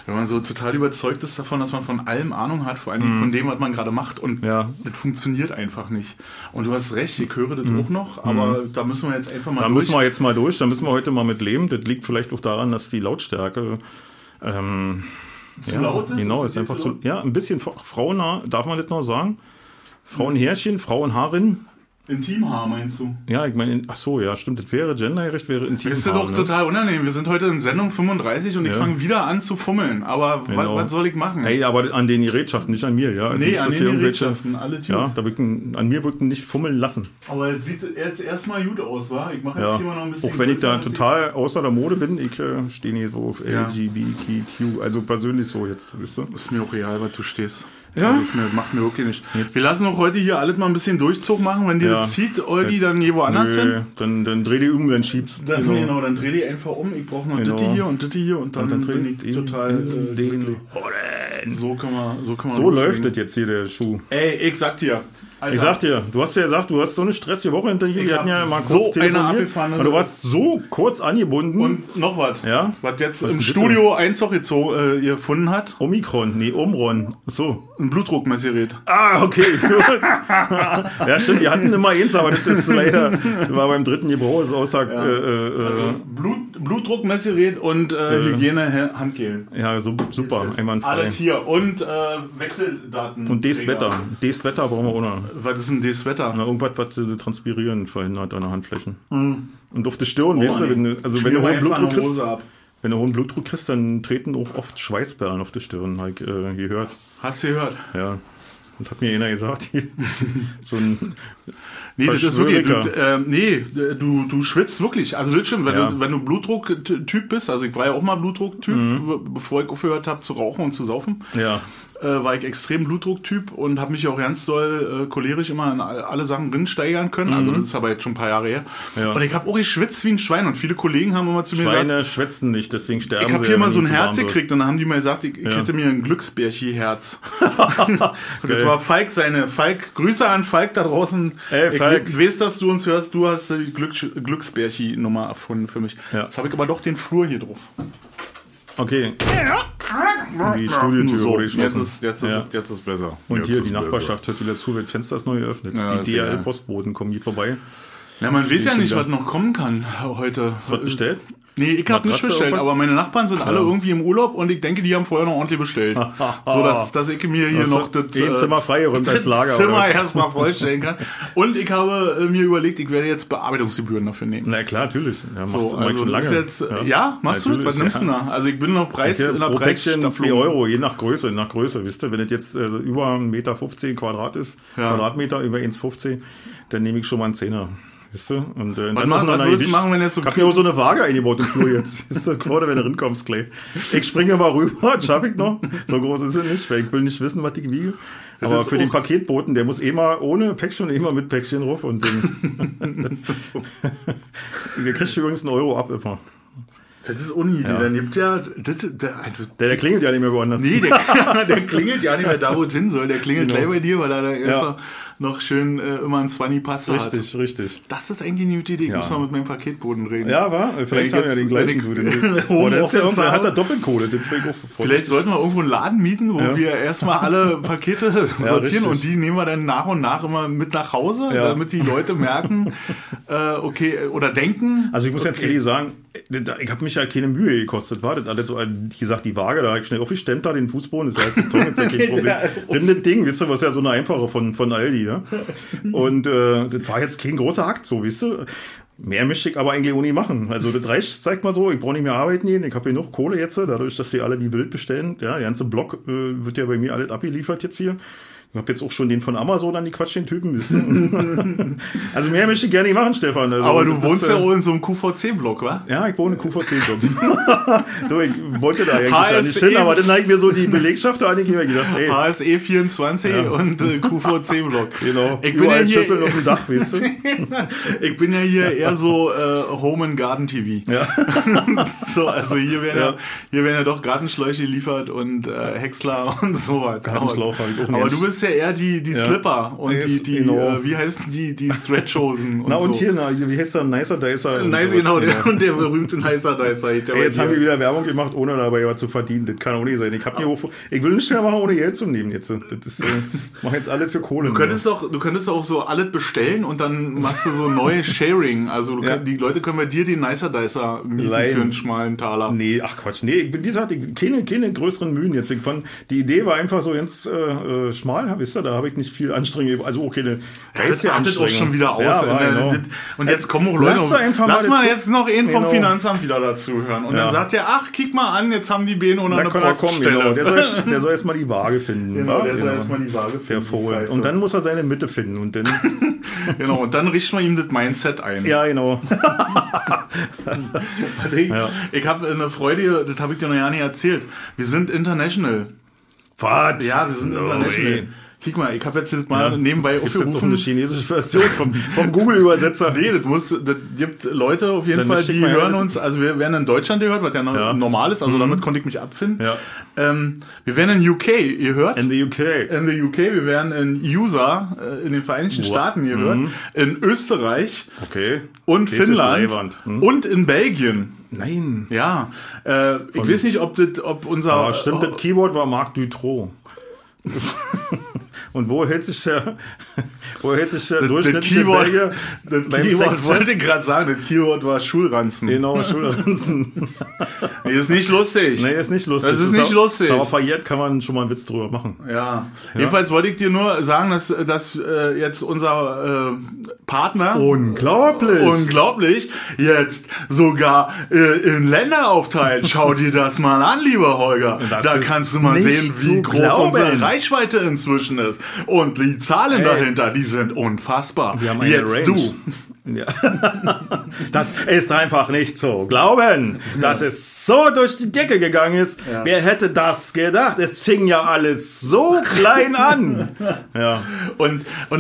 Wenn man so total überzeugt ist davon, dass man von allem Ahnung hat, vor allem von dem, was man gerade macht, und das funktioniert einfach nicht. Und du hast recht, ich höre das auch noch, aber da müssen wir jetzt einfach mal durch. Da müssen wir jetzt mal durch, da müssen wir heute mal mit leben. Das liegt vielleicht auch daran, dass die Lautstärke zu laut ist? Genau, ist einfach zu, ein bisschen frauennah, darf man das noch sagen? Frauenhärchen, Frauenhaarin. Intimhaar meinst du? Ja, ich meine, ach so, ja, stimmt, das wäre gendergerecht, wäre Intimhaar. Das ist doch total unangenehm. Wir sind heute in Sendung 35 und ich fange wieder an zu fummeln. Aber was soll ich machen? Hey, aber an den Gerätschaften, nicht an mir, ja. Also nee, an den Gerätschaften, alle Tür. Ja, an mir wirken nicht fummeln lassen. Aber es sieht jetzt erstmal gut aus, wa? Ich mache jetzt hier mal noch ein bisschen... Auch wenn ich da total außer der Mode bin, ich stehe nicht so auf LGBTQ, also persönlich so jetzt, weißt du? Ist mir auch real, was du stehst. Ja? Also macht mir wirklich nicht. Wir lassen auch heute hier alles mal ein bisschen Durchzug machen. Wenn dir das zieht, Olgi, dann geh woanders hin. Dann dreh die um, dann schiebst. Genau, dann dreh die einfach um. Ich brauche noch das hier und dann bin ich total glücklich. So kann man so läuft das jetzt hier, der Schuh. Ey, ich sag dir. Alter. Ich sag dir, du hast ja gesagt, du hast so eine stressige Woche hinter dir. Wir hatten ja mal kurz telefoniert. Aber du warst so kurz angebunden. Und noch was. Ja? Was jetzt im Studio Einzug gefunden hat. Omron. So. Ein Blutdruckmessgerät. Ah, okay. Ja, stimmt, wir hatten immer eins, aber das ist leider, war beim dritten Gebrauch, das aussagt. Blutdruckmessgerät und Hygiene-Handgel. Ja, so, super, einwandfrei. Alles hier. Und Wechseldaten. Und D-Wetter. D-Wetter brauchen wir auch noch. Was ist denn D-Wetter? Na, irgendwas, was transpirieren verhindert an den Handflächen. Und auf der Stirn, weißt du, wenn du hohen Blutdruck kriegst. Wenn du hohen Blutdruck kriegst, dann treten auch oft Schweißperlen auf der Stirn, habe ich gehört. Hast du gehört? Ja. Und hat mir einer gesagt, so ein Nee, das ist wirklich, du schwitzt wirklich. Also das stimmt, wenn du Blutdruck-Typ bist, also ich war ja auch mal Blutdruck-Typ, bevor ich aufgehört habe zu rauchen und zu saufen. Ja. War ich extrem Blutdrucktyp und habe mich auch ganz doll cholerisch immer in alle Sachen drinsteigern können. Also das ist aber jetzt schon ein paar Jahre her. Ja. Und ich habe auch geschwitzt wie ein Schwein und viele Kollegen haben immer zu mir gesagt... Schweine schwätzen nicht, deswegen sterben sie. Ich habe hier mal so ein Herz gekriegt und dann haben die mir gesagt, ich hätte mir ein Glücksbärchi-Herz. Das war Falk, Grüße an Falk da draußen. Ey, Falk. Ich weiß, dass du uns hörst, du hast die Glücksbärchi-Nummer erfunden für mich. Ja. Jetzt habe ich aber doch den Flur hier drauf. Okay. Die Studiotür so, wurde geschlossen. Jetzt ist besser. Und jetzt hier, die Nachbarschaft hört wieder zu, wird Fenster ist neu geöffnet. Ja, die DHL-Postboten kommen hier vorbei. Ja, man weiß ja nicht, was noch kommen kann heute. Was bestellt? Nee, ich habe nicht bestellt, aber meine Nachbarn sind alle irgendwie im Urlaub und ich denke, die haben vorher noch ordentlich bestellt. So, dass ich mir hier noch das Zimmer freigeräumt als Lager. Zimmer erstmal vollstellen kann. Und ich habe mir überlegt, ich werde jetzt Bearbeitungsgebühren dafür nehmen. Na klar, natürlich. Ja, machst so, du also schon lange. Jetzt, machst du? Was nimmst du da? Also ich bin noch in der Preisstaffel. 2 €, je nach Größe, wisst ihr. Wenn das jetzt über 1,50 Meter Quadrat ist, Quadratmeter über 1,50, dann nehme ich schon mal einen Zehner. Weißt du? Und dann was würdest du machen, wenn jetzt so... Ich hab mir auch so eine Waage eingebaut im Flur jetzt. Weißt du, gerade wenn du reinkommst, Clay. Ich springe mal rüber, das schaffe ich noch. So groß ist es nicht, weil ich will nicht wissen, was ich wiege. Aber für den Paketboten, der muss immer ohne Päckchen und immer mit Päckchen drauf. Und dann der kriegt übrigens 1 € ab immer. Das ist unidee. Dann nimmt der klingelt ja nicht mehr woanders. Nee, der klingelt ja nicht mehr da, wo es hin soll. Der klingelt gleich bei dir, weil er da erst noch schön immer ein 20 Pass hat. Richtig. Das ist eigentlich eine gute Idee. Ich muss mal mit meinem Paketboten reden. Ja, war? Vielleicht haben wir ja den gleichen. Der hat da Doppelcode. Vielleicht sollten wir irgendwo einen Laden mieten, wo wir erstmal alle Pakete sortieren und die nehmen wir dann nach und nach immer mit nach Hause, damit die Leute merken, oder denken. Also ich muss jetzt ehrlich sagen, ich habe mich ja keine Mühe gekostet. War das alles so, wie gesagt, die Waage, da habe ich schnell aufgestemmt, da den Fußboden, das ist halt Beton, jetzt kein Problem. Nimm das Ding, wisst ihr, was ja so eine einfache von Aldi, ja. Und das war jetzt kein großer Akt, so, wisst ihr. Mehr möchte ich aber eigentlich auch nicht machen. Also das reicht, zeigt mal so, ich brauche nicht mehr arbeiten gehen, ich habe hier noch Kohle jetzt, dadurch, dass sie alle wie wild bestellen. Ja, der ganze Block wird ja bei mir alles abgeliefert jetzt hier. Ich habe jetzt auch schon den von Amazon an die Quatsch, den Typen. Also mehr möchte ich gerne nicht machen, Stefan. Also, aber du wohnst ja auch in so einem QVC-Block, wa? Ja, ich wohne im QVC-Block. Du, ich wollte da eigentlich ja nicht hin, aber dann habe ich mir so die Belegschaft da eigentlich immer gedacht, hey. HSE 24 und QVC-Block. Genau, ich bin ja hier Schüsseln auf dem Dach, weißt du? Ich bin ja hier eher so Home and Garden TV. Ja. So, also hier werden ja doch Gartenschläuche geliefert und Häcksler und so weiter. Gartenschlauch habe ich auch nicht. Aber du bist ja eher die Slipper und wie heißen die Stretchhosen und na und so. hier, wie heißt der? Nicer Dicer. Genau, und der berühmte Nicer Dicer. Jetzt haben wir wieder Werbung gemacht, ohne dabei was zu verdienen. Das kann auch nicht sein. Ich will nicht mehr machen, ohne Geld zu nehmen jetzt. Das ist, mach jetzt alles für Kohle. Du könntest auch so alles bestellen und dann machst du so neue Sharing. Also die Leute können bei dir den Nicer Dicer mieten für einen schmalen Taler. Nee, ach Quatsch. Nee, wie gesagt, keine größeren Mühen jetzt. Die Idee war einfach so ganz schmal, wisst ihr, da habe ich nicht viel Anstrengung. Also okay, das artet auch schon wieder aus. Ja, genau. Und jetzt kommen auch Leute. Lass mal jetzt noch einen vom Finanzamt wieder dazu hören. Und dann sagt er, ach, kick mal an, jetzt haben die Bänen unter eine Poststelle. Der soll erstmal die Waage finden. Genau, der soll erstmal die Waage finden. Und dann muss er seine Mitte finden. Und dann genau, und dann richten wir ihm das Mindset ein. Ja, genau. Ich habe eine Freude, das habe ich dir noch gar nicht erzählt. Wir sind international. Was? Ja, wir sind international. Guck mal, ich habe jetzt das mal nebenbei aufgerufen. Jetzt eine chinesische Version vom Google-Übersetzer. Nee, das gibt Leute auf jeden Fall, die hören uns. Also wir werden in Deutschland gehört, was ja normal ist. Also damit konnte ich mich abfinden. Ja. Wir werden in UK gehört. In the UK. In the UK. Wir werden in USA, in den Vereinigten Staaten gehört. In Österreich. Okay. Und Finnland. Und in Belgien. Nein. Ja. Ich weiß nicht, ob unser... Aber stimmt, das Keyword war Marc Dutroux. Und wo hält sich der durchschnittliche Belgier? Das Keyword wollte ich gerade sagen, das Keyword war Schulranzen. Genau, Schulranzen. Nee, ist nicht lustig. Nee, ist nicht lustig. Das ist nicht lustig. Aber verjährt kann man schon mal einen Witz drüber machen. Ja. Jedenfalls wollte ich dir nur sagen, dass jetzt unser Partner... Unglaublich! Jetzt sogar in Länder aufteilt. Schau dir das mal an, lieber Holger. Da kannst du mal sehen, wie groß unsere Reichweite inzwischen ist. Und die Zahlen dahinter, die sind unfassbar. Wir haben eine jetzt Range. Du. Ja. Das ist einfach nicht zu glauben, dass es so durch die Decke gegangen ist. Ja. Wer hätte das gedacht? Es fing ja alles so klein an. Ja. Und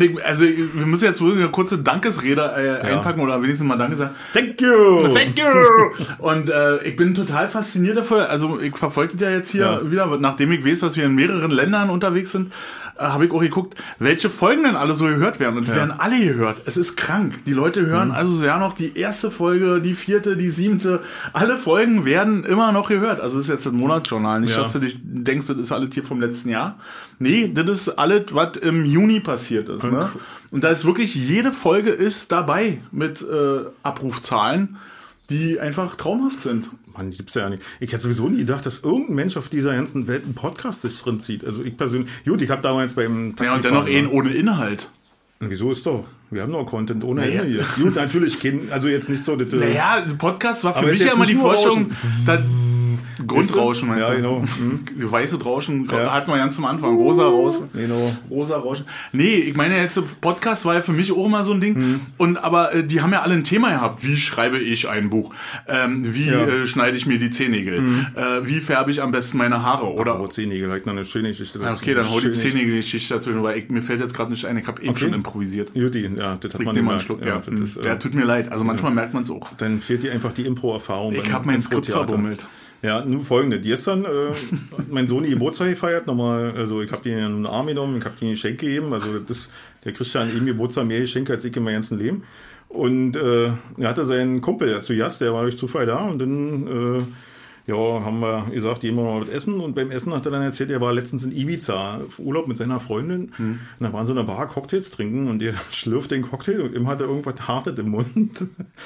wir müssen jetzt wohl eine kurze Dankesrede einpacken oder wenigstens mal Danke sagen. Thank you. Thank you. Und ich bin total fasziniert davon. Also ich verfolge das ja jetzt hier wieder, nachdem ich weiß, dass wir in mehreren Ländern unterwegs sind. Habe ich auch geguckt, welche Folgen denn alle so gehört werden. Und die werden alle gehört. Es ist krank. Die Leute hören also ja noch die erste Folge, die 4., die 7. Alle Folgen werden immer noch gehört. Also das ist jetzt ein Monatsjournal. Nicht, dass du dich denkst, das ist alles hier vom letzten Jahr. Nee, das ist alles, was im Juni passiert ist. Ne? Und da ist wirklich, jede Folge ist dabei mit Abrufzahlen, die einfach traumhaft sind. Man, die gibt's ja nicht. Ich hätte sowieso nie gedacht, dass irgendein Mensch auf dieser ganzen Welt einen Podcast sich drin zieht. Also ich persönlich, gut, ich habe damals beim Taxifahren... Ja, und dennoch ohne Inhalt. Und wieso ist doch? Wir haben noch Content ohne Ende hier. Gut, natürlich, also jetzt nicht so... Podcast war für mich ja immer die Vorstellung... Grundrauschen meinst du? Ja, genau. Weiße Rauschen hatten wir ganz am Anfang. Rosa Rauschen. Genau. Rosa Rauschen. Nee, ich meine jetzt, Podcast war ja für mich auch immer so ein Ding. Aber die haben ja alle ein Thema gehabt. Wie schreibe ich ein Buch? Wie schneide ich mir die Zehennägel? Wie färbe ich am besten meine Haare? Oder Zehennägel, halt noch eine schöne Geschichte dazu. Okay, dann hau die Zehennägel-Geschichte dazu, weil mir fällt jetzt gerade nicht ein. Ich habe eben schon improvisiert. Juti, ja, das hat man immer einen Schluck. Der tut mir leid. Also manchmal merkt man es auch. Dann fehlt dir einfach die Impro-Erfahrung. Ich habe mein Skript verbummelt. Ja, nun folgende. Gestern mein Sohn die Geburtstag gefeiert, nochmal, also ich habe den in den Arm genommen, ich habe den ein Geschenk gegeben, also der kriegt ja an ihm Geburtstag mehr Geschenke als ich in meinem ganzen Leben. Und er hatte seinen Kumpel zu Gast, der war durch Zufall da und dann haben wir gesagt, gehen wir mal was essen. Und beim Essen hat er dann erzählt, er war letztens in Ibiza auf Urlaub mit seiner Freundin. Und da waren sie in einer Bar Cocktails trinken und der schlürft den Cocktail und ihm hat er irgendwas Hartes im Mund.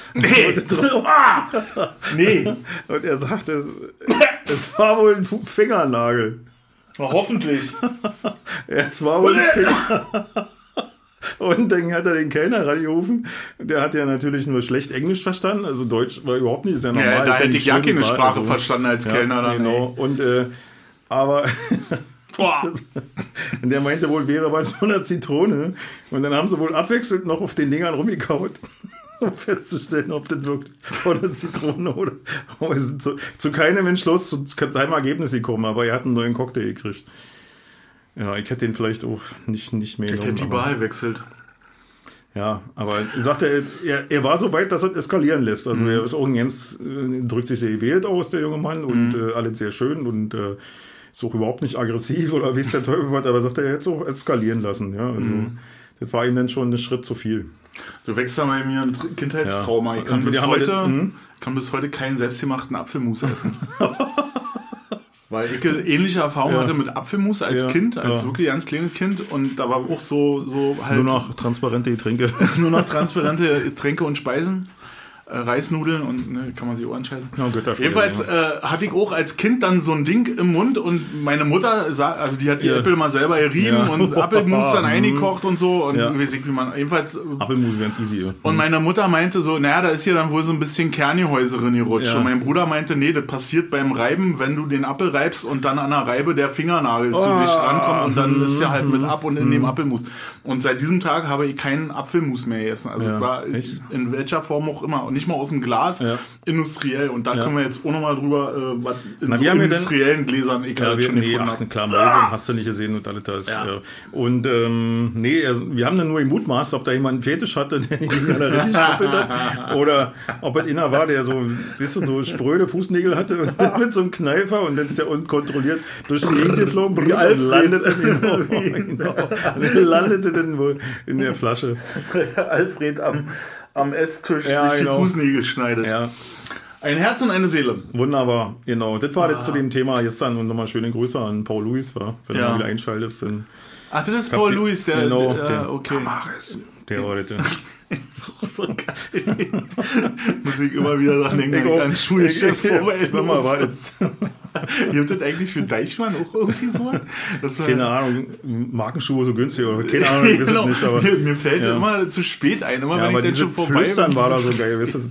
Nee. Und er sagte, es war wohl ein Fingernagel. Hoffentlich. Es war wohl ein Finger. Und dann hat er den Kellner rangerufen. Der hat ja natürlich nur schlecht Englisch verstanden. Also Deutsch war überhaupt nicht, ist ja normal. Ja, da hätte ich ja keine Sprache also, verstanden als Kellner. Dann, genau. Und, aber und der meinte wohl, wäre bei so einer Zitrone. Und dann haben sie wohl abwechselnd noch auf den Dingern rumgekaut, um festzustellen, ob das wirklich von einer Zitrone oder... Aber es ist zu keinem Entschluss, zu keinem Ergebnis gekommen. Aber er hat einen neuen Cocktail gekriegt. Ja, ich hätte den vielleicht auch nicht mehr genommen. Ich hätte die Bar gewechselt. Ja, aber sagt er war so weit, dass er eskalieren lässt. Also er ist auch drückt sich sehr gewählt aus, der junge Mann, und alles sehr schön und ist auch überhaupt nicht aggressiv oder wie es der Teufel wird, aber sagt er, jetzt auch eskalieren lassen. Ja, also das war ihm dann schon ein Schritt zu viel. Du wächst da bei mir ein Kindheitstrauma. Ich kann bis heute keinen selbstgemachten Apfelmus essen. Weil ich ähnliche Erfahrungen hatte mit Apfelmus als Kind, als wirklich ganz kleines Kind. Und da war auch so halt... Nur noch transparente Getränke. Nur noch transparente Getränke und Speisen. Reisnudeln und kann man sich auch anscheißen. Ja, jedenfalls hatte ich auch als Kind dann so ein Ding im Mund und meine Mutter, also die hat die Äpfel mal selber gerieben und Apfelmus dann eingekocht und so und weiß ich, wie man, jedenfalls... Apfelmus ganz easy. Und meine Mutter meinte so, naja, da ist hier dann wohl so ein bisschen Kerngehäuse drin gerutscht. Und mein Bruder meinte, nee, das passiert beim Reiben, wenn du den Apfel reibst und dann an der Reibe der Fingernagel zu dich drankommt und dann ist der halt mit ab und in dem Apfelmus. Und seit diesem Tag habe ich keinen Apfelmus mehr gegessen. Also ich war in welcher Form auch immer. Und nicht mal aus dem Glas, industriell. Und da können wir jetzt auch nochmal drüber, was in so industriellen Gläsern ich halt schon gefunden habe. Klar, Mäuse hast du nicht gesehen und alles das. Und wir haben dann nur gemutmaßt, ob da jemand einen Fetisch hatte, der nicht alle richtig gespielt hat. Oder ob es einer war, der so, weißt du, so spröde Fußnägel hatte mit so einem Kneifer und dann ist der unkontrolliert durch die Gegend geflogen und landete dann wohl in der Flasche. Alfred am Esstisch sich die Fußnägel schneidet. Ja. Ein Herz und eine Seele. Wunderbar, genau. Das war jetzt zu dem Thema gestern und nochmal schöne Grüße an Paul Louis, wenn du mal wieder einschaltest. Ach, das ist Paul Louis, der okay. Tamaris. Der heute. so geil. Muss ich immer wieder dran denken, wenn ich an Schulchef vorbei. War jetzt. Ihr habt das eigentlich für Deichmann auch irgendwie so? Keine Ahnung, Markenschuhe so günstig oder keine Ahnung, ich weiß es nicht. Aber mir fällt immer zu spät ein, immer wenn ich dann schon vorbei bin. Flüstern war da so geil, weißt du?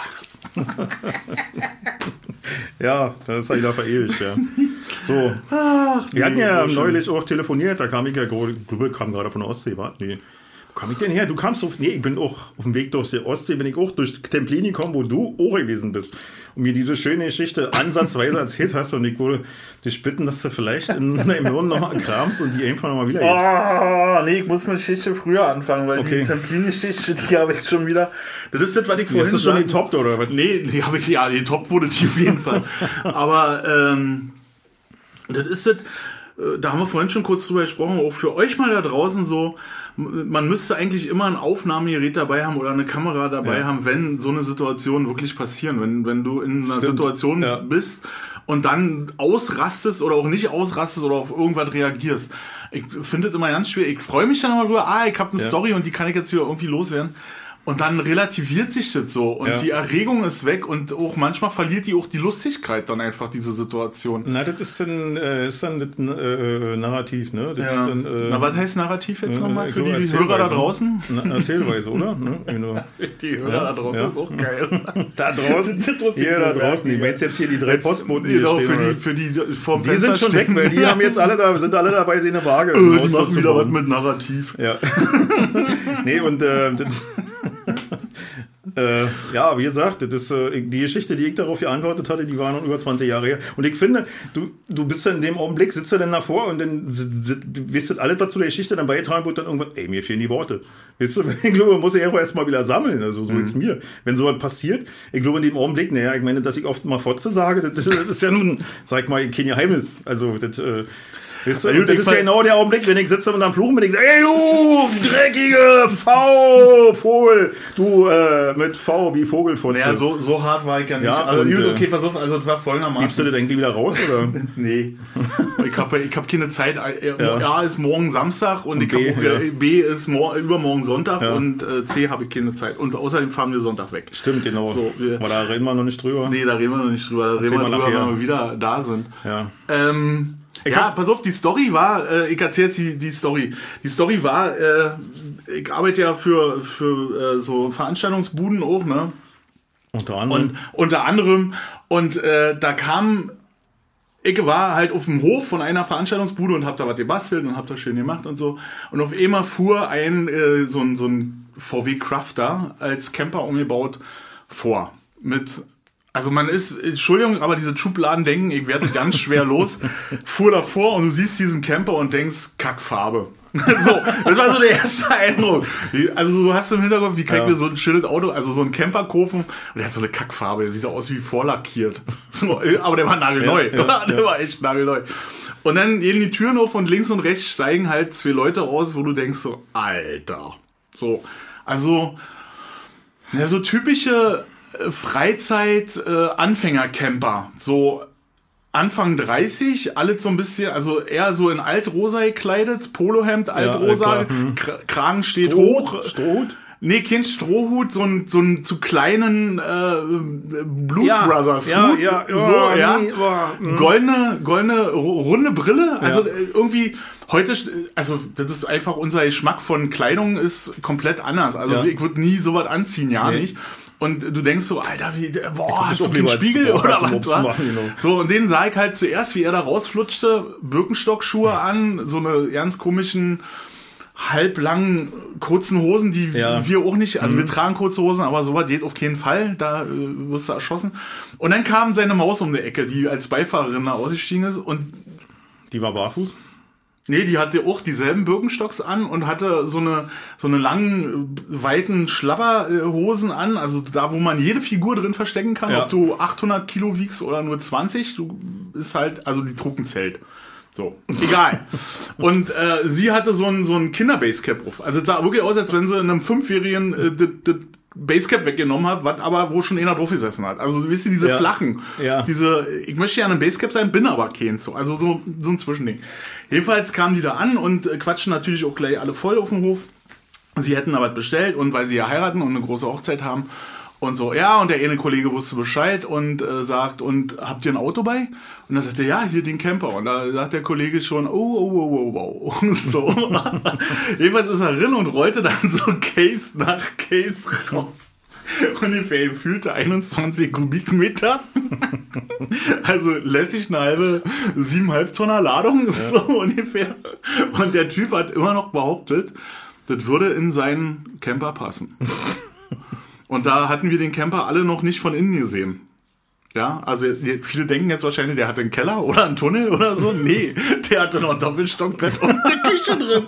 Ja, das ist halt da verewigt, ja. So. Wir hatten ja neulich auch telefoniert, da kam ich ja, kam gerade von der Ostsee, warte, nee. Wo kam ich denn her? Du kamst ich bin auch auf dem Weg durch die Ostsee, bin ich auch durch Templini gekommen, wo du auch gewesen bist. Und mir diese schöne Geschichte ansatzweise erzählt hast und ich wollte dich bitten, dass du vielleicht in deinem Hirn nochmal kramst und die einfach nochmal wieder gibst. Nee, ich muss eine Geschichte früher anfangen, weil die Templini-Geschichte, die habe ich schon wieder... Das ist das, was ich vorhin sagte. Hast du schon getoppt, oder was? Nee, die habe ich, die Top wurde die auf jeden Fall. Aber das ist das... Da haben wir vorhin schon kurz drüber gesprochen, auch für euch mal da draußen so, man müsste eigentlich immer ein Aufnahmegerät dabei haben oder eine Kamera dabei haben, wenn so eine Situation wirklich passieren, wenn du in einer Situation bist und dann ausrastest oder auch nicht ausrastest oder auf irgendwas reagierst. Ich finde das immer ganz schwer. Ich freue mich dann immer drüber, ich habe eine Story und die kann ich jetzt wieder irgendwie loswerden. Und dann relativiert sich das so und die Erregung ist weg und auch manchmal verliert die auch die Lustigkeit dann einfach, diese Situation. Na, das ist dann das Narrativ, ne? Das ist dann, na, was heißt Narrativ jetzt nochmal für die Hörer da draußen? Erzählweise, oder? Ne? Genau. Die Hörer da draußen ist auch geil. Da draußen? Hier da draußen. Ich meinst jetzt hier die 3 Postboten, die stehen. Für die vorm die sind schon weg, weil die haben jetzt sind alle dabei, sie eine Waage. Die machen wieder was mit Narrativ. Ja. Nee, und wie gesagt, das ist, die Geschichte, die ich darauf geantwortet hatte, die war noch über 20 Jahre her. Und ich finde, du bist dann in dem Augenblick, sitzt du dann davor und dann wisst du alles, was zu der Geschichte dann beitragen wird, dann irgendwann, mir fehlen die Worte. Weißt du, ich glaube, man muss sich einfach erstmal wieder sammeln, also so jetzt mir. Wenn sowas passiert, ich glaube in dem Augenblick, ich meine, dass ich oft mal Fotze sage, das ist ja nun, sag ich mal, kein Geheimnis. Also, weißt du, das ist ja genau der Augenblick, wenn ich sitze und am Fluchen bin, ich sage, ey du dreckige Vogel, du mit V wie Vogelfotze. Naja, so hart war ich ja nicht. Ja, also gut, okay, pass auf, also das war folgendermaßen. Gibst du das eigentlich wieder raus, oder? Nee. Ich hab keine Zeit. A ist morgen Samstag und ich B ist übermorgen Sonntag und C habe ich keine Zeit. Und außerdem fahren wir Sonntag weg. Stimmt, genau. So, aber da reden wir noch nicht drüber. Nee, da reden wir noch nicht drüber. Da reden wir drüber, wenn wir wieder da sind. Ja. Pass auf, die Story war, ich erzähle jetzt die Story. Die Story war, ich arbeite ja für so Veranstaltungsbuden auch, ne? Unter anderem. Und da kam, ich war halt auf dem Hof von einer Veranstaltungsbude und hab da was gebastelt und hab das schön gemacht und so. Und auf einmal fuhr so ein VW Crafter als Camper umgebaut vor. Also man ist, Entschuldigung, aber diese Schubladen denken, ich werde ganz schwer los, fuhr davor und du siehst diesen Camper und denkst, Kackfarbe. So, das war so der erste Eindruck. Also du hast im Hinterkopf, wie kann ich mir so ein schönes Auto, also so ein Camper kaufen und der hat so eine Kackfarbe, der sieht aus wie vorlackiert. So, aber der war nagelneu. Der war echt nagelneu. Und dann gehen die Türen auf und links und rechts steigen halt 2 Leute aus, wo du denkst so, Alter. So, also, ja, so typische Freizeit-Anfänger-Camper. So Anfang 30, alles so ein bisschen, also eher so in altrosa gekleidet, Polohemd, altrosa, Kragen steht hoch. Strohhut? Nee, kein Strohhut, so ein zu kleinen Blues Brothers Hut. Goldene runde Brille. Also irgendwie heute, also das ist einfach unser Geschmack von Kleidung ist komplett anders. Also ich würde nie sowas anziehen, nicht. Und du denkst so, Alter, hast du keinen Spiegel oder was? So, und den sah ich halt zuerst, wie er da rausflutschte, Birkenstock-Schuhe an, so eine ganz komischen halblangen, kurzen Hosen, die wir auch nicht, also wir tragen kurze Hosen, aber sowas geht auf keinen Fall, da wirst du erschossen. Und dann kam seine Maus um die Ecke, die als Beifahrerin da ausgestiegen ist und die war barfuß? Nee, die hatte auch dieselben Birkenstocks an und hatte so eine langen, weiten Schlabberhosen an, also da, wo man jede Figur drin verstecken kann, ob du 800 Kilo wiegst oder nur 20, du ist halt, also die trug ein Zelt. So, egal. Und sie hatte so ein Kinder-Basecap auf. Also es sah wirklich aus, als wenn sie in einem 5-Jährigen das Basecap weggenommen hat, wo schon einer drauf gesessen hat. Also wisst ihr, diese flachen, ich möchte ja ein Basecap sein, bin aber keins. So. Also so ein Zwischending. Jedenfalls kamen die da an und quatschen natürlich auch gleich alle voll auf dem Hof. Sie hätten aber was bestellt und weil sie ja heiraten und eine große Hochzeit haben und so, und der eine Kollege wusste Bescheid und sagt, und habt ihr ein Auto bei? Und dann sagt er, ja, hier den Camper. Und da sagt der Kollege schon, oh. So. Jedenfalls ist er drin und rollte dann so Case nach Case raus. Ungefähr gefühlte 21 Kubikmeter. Also lässig eine halbe 7,5 Tonner Ladung, so ungefähr. Und der Typ hat immer noch behauptet, das würde in seinen Camper passen. Und da hatten wir den Camper alle noch nicht von innen gesehen. Ja, also viele denken jetzt wahrscheinlich, der hatte einen Keller oder einen Tunnel oder so. Nee, der hatte noch ein Doppelstockbett und eine Küche drin.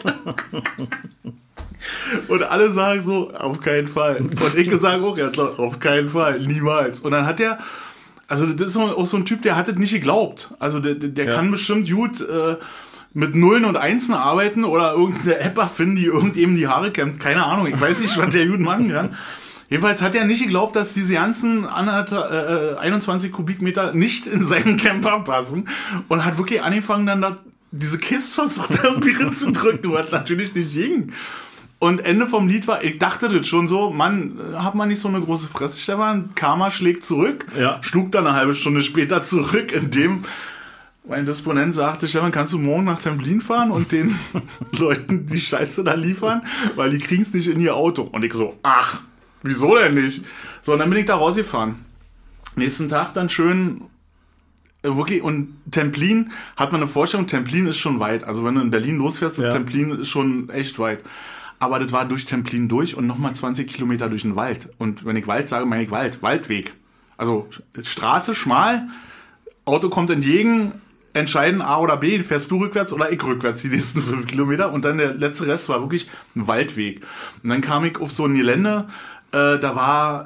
Und alle sagen so, auf keinen Fall. Und ich sage auch jetzt auf keinen Fall, niemals. Und dann hat der, also das ist auch so ein Typ, der hat das nicht geglaubt. Also der kann bestimmt gut mit Nullen und Einsen arbeiten oder irgendeine App erfinden, die irgendjemandem die Haare kämmt. Keine Ahnung, ich weiß nicht, was der gut machen kann. Jedenfalls hat er nicht geglaubt, dass diese ganzen 21 Kubikmeter nicht in seinen Camper passen und hat wirklich angefangen, dann da diese Kiste versucht irgendwie reinzudrücken, was natürlich nicht ging. Und Ende vom Lied war, ich dachte das schon so, Mann, hat man nicht so eine große Fresse, Stefan? Karma schlägt zurück, schlug dann eine halbe Stunde später zurück, indem mein Disponent sagte, Stefan, kannst du morgen nach Templin fahren und den Leuten die Scheiße da liefern? Weil die kriegen es nicht in ihr Auto. Und ich so, ach, wieso denn nicht? So, und dann bin ich da rausgefahren. Nächsten Tag dann schön, wirklich, und Templin, hat man eine Vorstellung, Templin ist schon weit. Also wenn du in Berlin losfährst, das Templin ist schon echt weit. Aber das war durch Templin durch und nochmal 20 Kilometer durch den Wald. Und wenn ich Wald sage, meine ich Waldweg. Also Straße, schmal, Auto kommt entgegen, entscheiden A oder B, fährst du rückwärts oder ich rückwärts die nächsten 5 Kilometer. Und dann der letzte Rest war wirklich ein Waldweg. Und dann kam ich auf so ein Gelände, da war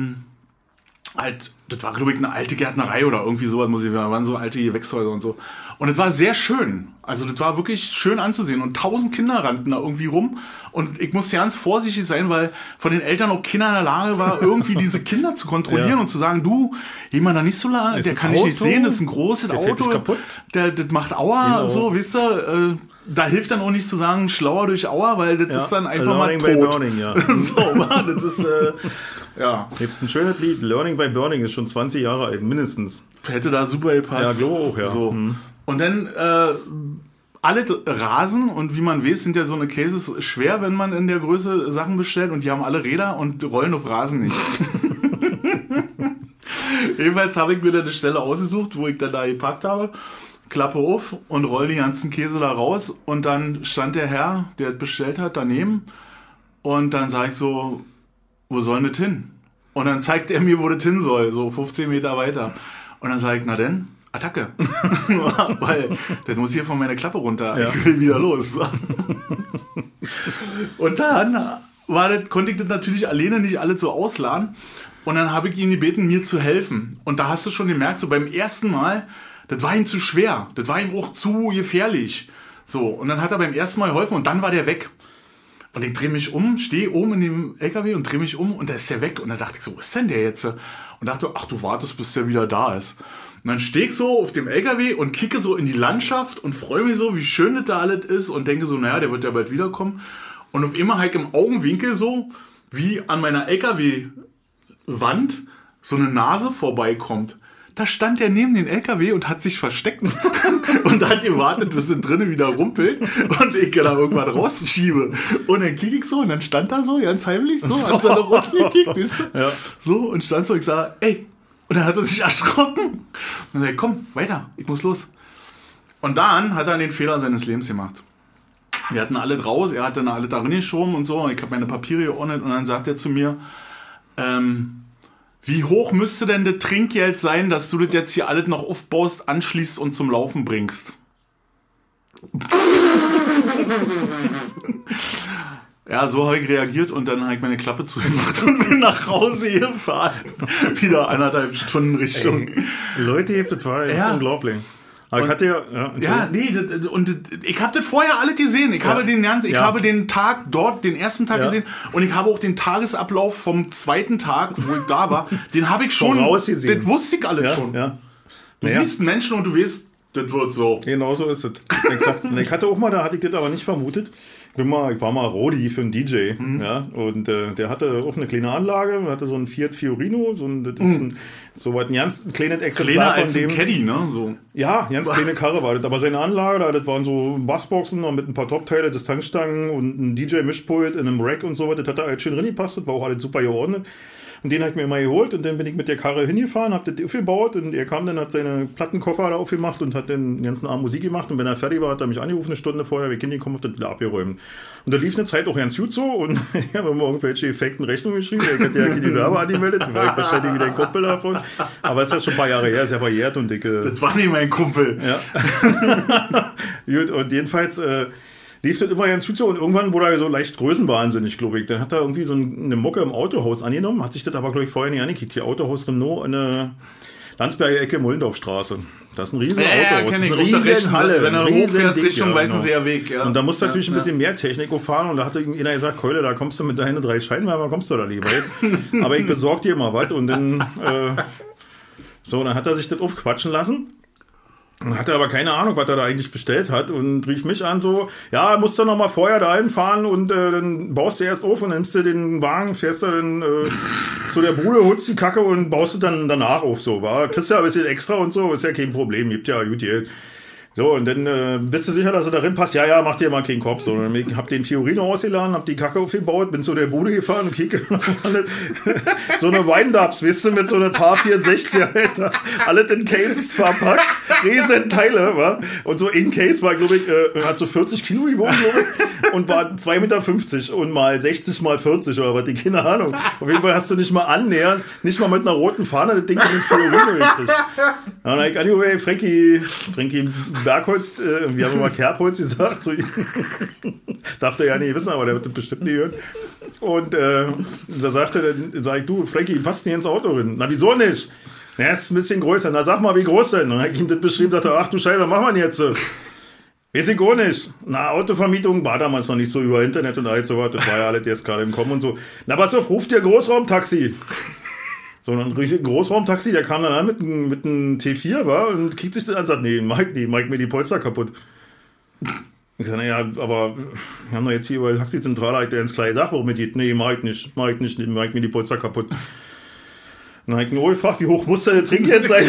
halt, das war glaube ich eine alte Gärtnerei oder irgendwie sowas, muss ich sagen, waren so alte Gewächshäuser und so. Und es war sehr schön. Also das war wirklich schön anzusehen. Und 1000 Kinder rannten da irgendwie rum. Und ich musste ganz vorsichtig sein, weil von den Eltern auch keiner in der Lage war, irgendwie diese Kinder zu kontrollieren und zu sagen, du, jemand da nicht so lange, der kann ich nicht sehen, das ist ein großes Auto, das macht Aua, so, wisst ihr, da hilft dann auch nicht zu sagen, schlauer durch Aua, weil das ist dann einfach mal tot. So, das ist, Gibt ein schönes Lied, Learning by Burning, ist schon 20 Jahre alt, mindestens. Hätte da super gepasst. Ja, glaube auch, So. Und dann alle Rasen, und wie man weiß, sind ja so eine Cases schwer, wenn man in der Größe Sachen bestellt, und die haben alle Räder und rollen auf Rasen nicht. Jedenfalls habe ich mir dann eine Stelle ausgesucht, wo ich dann da geparkt habe, Klappe auf und roll die ganzen Käse da raus, und dann stand der Herr, der bestellt hat, daneben, und dann sage ich so, wo soll das hin? Und dann zeigt er mir, wo das hin soll, so 15 Meter weiter. Und dann sage ich, na denn, Attacke. Weil das muss hier von meiner Klappe runter. Ja. Ich will wieder los. Und dann konnte ich das natürlich alleine nicht alles so ausladen. Und dann habe ich ihn gebeten, mir zu helfen. Und da hast du schon gemerkt, so beim ersten Mal, das war ihm zu schwer. Das war ihm auch zu gefährlich. So, und dann hat er beim ersten Mal geholfen und dann war der weg. Und ich drehe mich um, stehe oben in dem LKW und drehe mich um und da ist der weg. Und dann dachte ich so, was ist denn der jetzt? Und dachte, ach, du wartest, bis der wieder da ist. Und dann stehe ich so auf dem LKW und kicke so in die Landschaft und freue mich so, wie schön das da alles ist und denke so, naja, der wird ja bald wiederkommen. Und auf immer halt im Augenwinkel so, wie an meiner LKW-Wand so eine Nase vorbeikommt. Da stand der neben den LKW und hat sich versteckt und hat gewartet, bis er drinnen wieder rumpelt und ich da irgendwann rausschiebe. Und dann kick ich so und dann stand da so, ganz heimlich so, hat seine Runden gekickt, weißt du? Ja. So, und stand so, ich sage, ey, und dann hat er sich erschrocken. Und dann sagt, komm, weiter, ich muss los. Und dann hat er den Fehler seines Lebens gemacht. Wir hatten alle draus, er hat dann alle darin geschoben und so, und ich habe meine Papiere geordnet und dann sagt er zu mir, wie hoch müsste denn das Trinkgeld sein, dass du das jetzt hier alles noch aufbaust, anschließt und zum Laufen bringst? Ja, so habe ich reagiert und dann habe ich meine Klappe zugemacht und bin nach Hause gefahren. Wieder 1,5 Stunden Richtung. Ey, Leute, ihr habt das war ja unglaublich. Aber ich hatte ich habe das vorher alles gesehen. Ich habe den Tag dort, den ersten Tag gesehen und ich habe auch den Tagesablauf vom zweiten Tag, wo ich da war, den habe ich schon, das wusste ich alles schon. Ja. Du siehst einen Menschen und du weißt, das wird so. Genau so ist es. Ich hatte auch mal, da hatte ich das aber nicht vermutet. Ich war mal Rodi für einen DJ, ja, und der hatte auch eine kleine Anlage, hatte so einen Fiat Fiorino, so ein ganz kleines Exemplar von dem. Ein Caddy, ne? So. Ja, ganz kleine Karre war das, aber seine Anlage, das waren so Bassboxen mit ein paar Topteile, Distanzstangen und ein DJ-Mischpult in einem Rack und so, das hat da halt schön reingepasst, das war auch alles super geordnet. Und den habe ich mir mal geholt und dann bin ich mit der Karre hingefahren, habe das aufgebaut und er kam dann, hat seine Plattenkoffer da aufgemacht und hat den ganzen Abend Musik gemacht und wenn er fertig war, hat er mich angerufen, eine Stunde vorher, wir hingekommen, hat das wieder abgeräumt. Und da lief eine Zeit auch ganz gut so und ich habe immer irgendwelche Effekten Rechnung geschrieben, ich hatte ja die Werbe angemeldet, da war ich wahrscheinlich wieder ein Kumpel davon, aber es ist ja schon ein paar Jahre her, ist ja verjährt und das war nicht mein Kumpel. Ja. Gut, und jedenfalls lief das immer ganz gut so und irgendwann wurde er so leicht größenwahnsinnig, glaube ich. Dann hat er irgendwie so eine Mucke im Autohaus angenommen, hat sich das aber, glaube ich, vorher nicht angekickt. Hier Autohaus Renault in der Landsberger Ecke, Mullendorfstraße. Das ist ein riesen Autohaus. Das ist eine riesen Halle. Wenn er hochfährst, Richtung Weißenseer Weg. Ja. Und da musst du natürlich ein bisschen mehr Technik fahren und da hat einer gesagt, Keule, da kommst du mit deinen 3 Scheinwerfer, kommst du da lieber hin. Aber ich besorg dir mal was und dann dann hat er sich das aufquatschen lassen. Und hatte aber keine Ahnung, was er da eigentlich bestellt hat und rief mich an so, ja, musst du noch mal vorher dahin fahren und dann baust du erst auf und nimmst du den Wagen, fährst du dann zu der Bude, holst die Kacke und baust du dann danach auf, so, war. Kriegst ja ein bisschen extra und so, ist ja kein Problem, gibt ja gut Geld. So, und dann bist du sicher, dass er darin passt? Ja, mach dir mal keinen Kopf. So, ich hab den Fiorino ausgeladen, hab die Kacke aufgebaut, bin zu der Bude gefahren und kicke. So eine Windups, weißt du, mit so einem Paar 64, Alter. Alles in Cases verpackt. Riesen Teile, wa? Und so in Case war, glaube ich, hat so 40 Kilo gewogen, glaube ich. Und war 2,50 Meter und mal 60 mal 40 oder was, keine Ahnung. Auf jeden Fall hast du nicht mal annähernd, nicht mal mit einer roten Fahne das Ding in den Fiorino gekriegt. Dann hab ich angerufen, Frankie Bergholz, wir haben immer Kerbholz gesagt, so, darf der ja nicht wissen, aber der wird das bestimmt nicht hören. Und da sag ich, du, Frankie, passt nicht ins Auto rein. Na, wieso nicht? Na, ist ein bisschen größer. Na, sag mal, wie groß denn? Und dann hab ich ihm das beschrieben, sagte, ach du Scheiße, was machen wir denn jetzt? Weiß ich gar nicht. Na, Autovermietung war damals noch nicht so über Internet und all so was, das war ja alles jetzt gerade im Kommen und so. Na, pass auf, ruft dir Großraumtaxi. So, dann rief ich ein Großraumtaxi, der kam dann an mit einem T4, war, und kriegt sich das an und sagt, nee, Mike mir die Polster kaputt. Ich sag, naja, aber wir haben doch jetzt hier über Taxizentrale, der ins Kleine sagt, warum mit geht. Nee, Mike mir die Polster kaputt. Dann hab ich nur gefragt, wie hoch muss der Trinkgeld sein?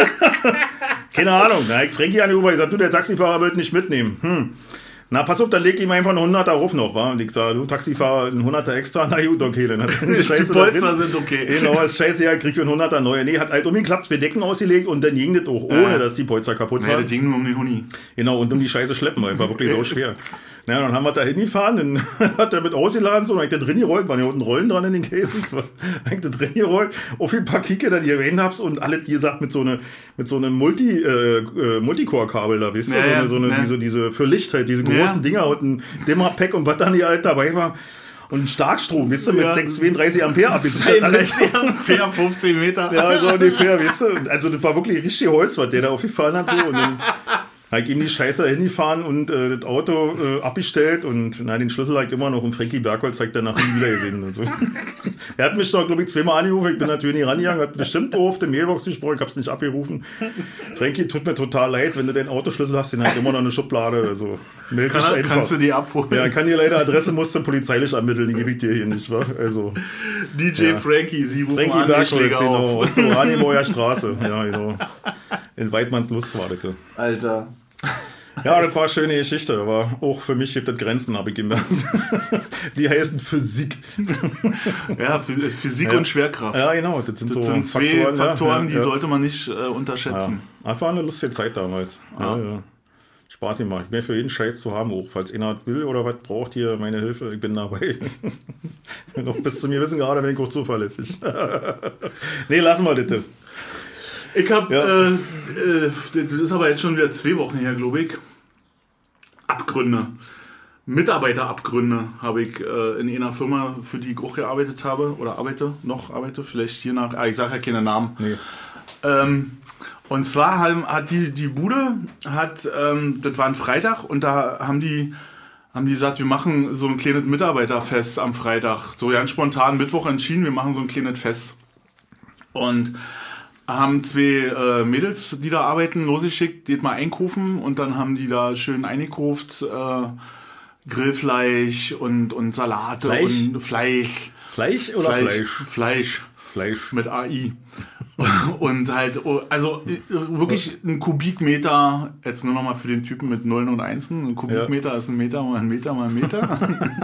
Keine Ahnung. Dann hab ich Frankie angerufen, ich sag, du, der Taxifahrer wird nicht mitnehmen. Na, pass auf, dann leg ihm einfach einen 100er Ruf noch, wa? Und ich sag, du Taxifahrer, ein 100er extra, na gut, okay, dann hat die Scheiße. Die Polster sind okay. Genau, ist scheiße, ja, krieg für einen 100er neue. Nee, hat halt umgeklappt, 2 Decken ausgelegt und dann ging das auch, ohne dass die Polster kaputt war. Ja, das ging nur um die Huni. Genau, und um die Scheiße schleppen, weil war wirklich so schwer. Ja, dann haben wir da hingefahren, dann hat er mit ausgeladen, so, dann hab ich da drin gerollt, waren ja unten Rollen dran in den Cases, hab ich da drin gerollt, auf ein paar Kicke, dann erwähnt hab's und alles, wie gesagt, mit so einem Multicore-Kabel da, wisst ihr, diese für Licht halt, diese großen Dinger und ein Dimmer-Pack und was dann hier halt dabei war. Und ein Starkstrom, weißt du, mit 32 Ampere abgesichert. 32 Ampere, 15 Meter. Ja, so ungefähr, weißt du. Also das war wirklich richtig Holz, was der da aufgefahren hat. So. Und dann habe ich ihm die Scheiße hingefahren und das Auto abgestellt und den Schlüssel habe ich immer noch und Frankie Bergholz habe ich danach nie wieder gesehen. Und so. Er hat mich doch, glaube ich, 2-mal angerufen, ich bin natürlich nicht rangegangen, hat bestimmt auf der Mailbox gesprochen, ich habe es nicht abgerufen. Frankie, tut mir total leid, wenn du den Autoschlüssel hast, den hat immer noch eine Schublade. Also, meld dich einfach. Kannst du die abholen? Ja, kann dir leider Adresse, musst du polizeilich ermitteln, die gebe ich dir hier nicht, wa? Also, DJ Frankie, Sie rufen Frankie an, Bergholz, Schläger genau, auf. aus der Oranienbauer Straße. Ja, genau. In Weidmanns Lust war das. Alter. Ja, das war eine schöne Geschichte, aber auch für mich gibt es Grenzen, habe ich gemerkt. Die heißen Physik. Ja, Physik und Schwerkraft. Ja, genau. Das sind zwei Faktoren, die sollte man nicht unterschätzen. Ja. Einfach eine lustige Zeit damals. Ja. Spaß gemacht. Ich bin für jeden Scheiß zu haben, auch falls einer will oder was braucht, hier meine Hilfe, ich bin dabei. Noch bis zu mir wissen gerade, wenn ich auch zuverlässig. Nee, lassen wir das. Ich habe, das ist aber jetzt schon wieder 2 Wochen her, glaube ich, Mitarbeiterabgründe habe ich in einer Firma, für die ich auch gearbeitet habe, oder arbeite, vielleicht hier nach, ich sage ja keine Namen. Nee. Und zwar hat die Bude, das war ein Freitag und da haben die gesagt, wir machen so ein kleines Mitarbeiterfest am Freitag. So ganz spontan Mittwoch entschieden, wir machen so ein kleines Fest. Und haben 2 Mädels, die da arbeiten, losgeschickt, die mal einkaufen und dann haben die da schön eingekauft, Grillfleisch und Salate und Fleisch. Fleisch oder Fleisch? Fleisch. Mit AI. Und halt, also wirklich ein Kubikmeter, jetzt nur nochmal für den Typen mit Nullen und Einsen, ein Kubikmeter ist ein Meter mal ein Meter mal ein Meter.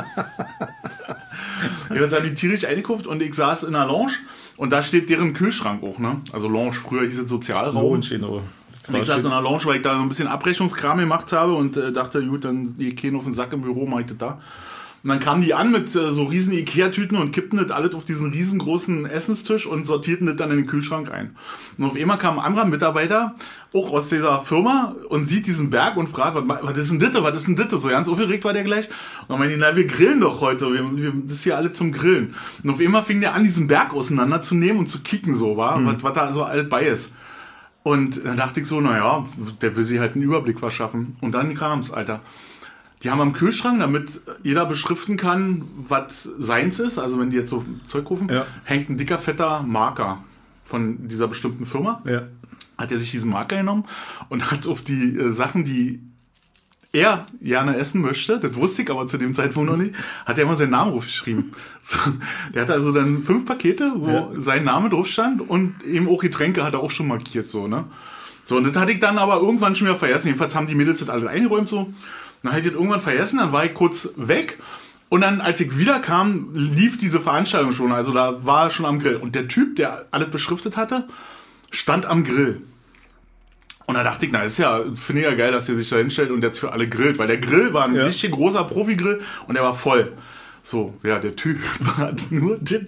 Jetzt haben die tierisch eingekauft und ich saß in einer Lounge und da steht deren Kühlschrank auch, ne? Also Lounge, früher hieß es Sozialraum. Lounge, genau. Und ich saß in einer Lounge, weil ich da so ein bisschen Abrechnungskram gemacht habe und dachte, gut, dann die gehen auf den Sack im Büro, mach ich das da. Und dann kamen die an mit so riesen Ikea-Tüten und kippten das alles auf diesen riesengroßen Essenstisch und sortierten das dann in den Kühlschrank ein. Und auf einmal kam ein anderer Mitarbeiter, auch aus dieser Firma, und sieht diesen Berg und fragt, was ist denn das? So ganz aufgeregt war der gleich. Und dann meinte ich, na, wir grillen doch heute, das ist hier alle zum Grillen. Und auf einmal fing der an, diesen Berg auseinanderzunehmen und zu kicken, so, was da so alles bei ist. Und dann dachte ich so, naja, der will sich halt einen Überblick verschaffen. Und dann kam's, Alter. Die haben am Kühlschrank, damit jeder beschriften kann, was seins ist, also wenn die jetzt so Zeug rufen, hängt ein dicker, fetter Marker von dieser bestimmten Firma. Ja. Hat er sich diesen Marker genommen und hat auf die Sachen, die er gerne essen möchte, das wusste ich aber zu dem Zeitpunkt noch nicht, hat er immer seinen Namen draufgeschrieben. So, der hatte also dann 5 Pakete, wo sein Name drauf stand und eben auch Getränke hat er auch schon markiert, so, ne? So, und das hatte ich dann aber irgendwann schon wieder vergessen. Jedenfalls haben die Mädels das alles eingeräumt, so. Dann hatte ich das irgendwann vergessen, dann war ich kurz weg und dann, als ich wiederkam, lief diese Veranstaltung schon, also da war er schon am Grill. Und der Typ, der alles beschriftet hatte, stand am Grill. Und da dachte ich, na, ist ja, finde ich ja geil, dass der sich da hinstellt und jetzt für alle grillt, weil der Grill war ein richtig großer Profi-Grill und der war voll. So, ja, der Typ hat nur der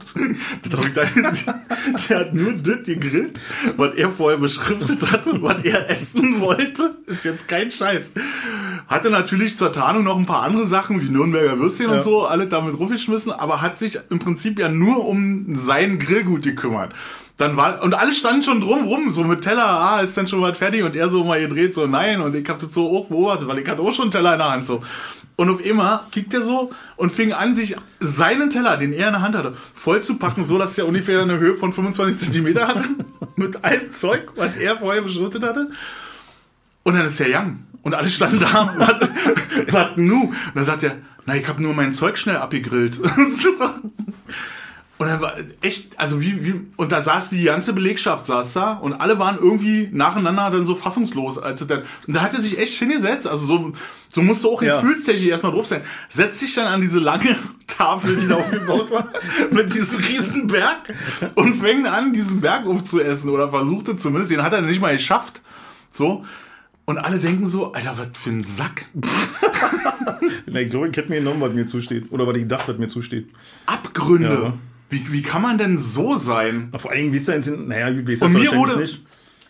hat nur das gegrillt, was er vorher beschriftet hatte, was er essen wollte, ist jetzt kein Scheiß. Hatte natürlich zur Tarnung noch ein paar andere Sachen, wie Nürnberger Würstchen und so, alle damit draufgeschmissen, aber hat sich im Prinzip ja nur um sein Grillgut gekümmert. Dann und alle standen schon drumrum, so mit Teller, ist dann schon was fertig, und er so mal gedreht, so nein, und ich hab das so auch beobachtet, weil ich hatte auch schon einen Teller in der Hand, so. Und auf einmal kickt er so und fing an, sich seinen Teller, den er in der Hand hatte, voll zu packen, so dass der ungefähr eine Höhe von 25 Zentimeter hatte, mit allem Zeug, was er vorher beschriftet hatte. Und dann ist er gegangen. Und alle standen da, was nu? Und dann sagt er, na, ich hab nur mein Zeug schnell abgegrillt. Und dann war echt, also und da saß die ganze Belegschaft da und alle waren irgendwie nacheinander dann so fassungslos. Und da hat er sich echt hingesetzt, also so musste auch gefühlstechnisch erstmal drauf sein. Setzt sich dann an diese lange Tafel, die da aufgebaut war, mit diesem riesen Berg und fängt an, diesen Berg aufzuessen oder versuchte zumindest, den hat er nicht mal geschafft. So. Und alle denken so, Alter, was für ein Sack. Ich glaube, ich hätte mir genommen, was mir zusteht. Oder was ich dachte, was mir zusteht. Abgründe. Ja. Wie kann man denn so sein? Vor allen Dingen, wie ist das? Naja, wie ist das wahrscheinlich nicht?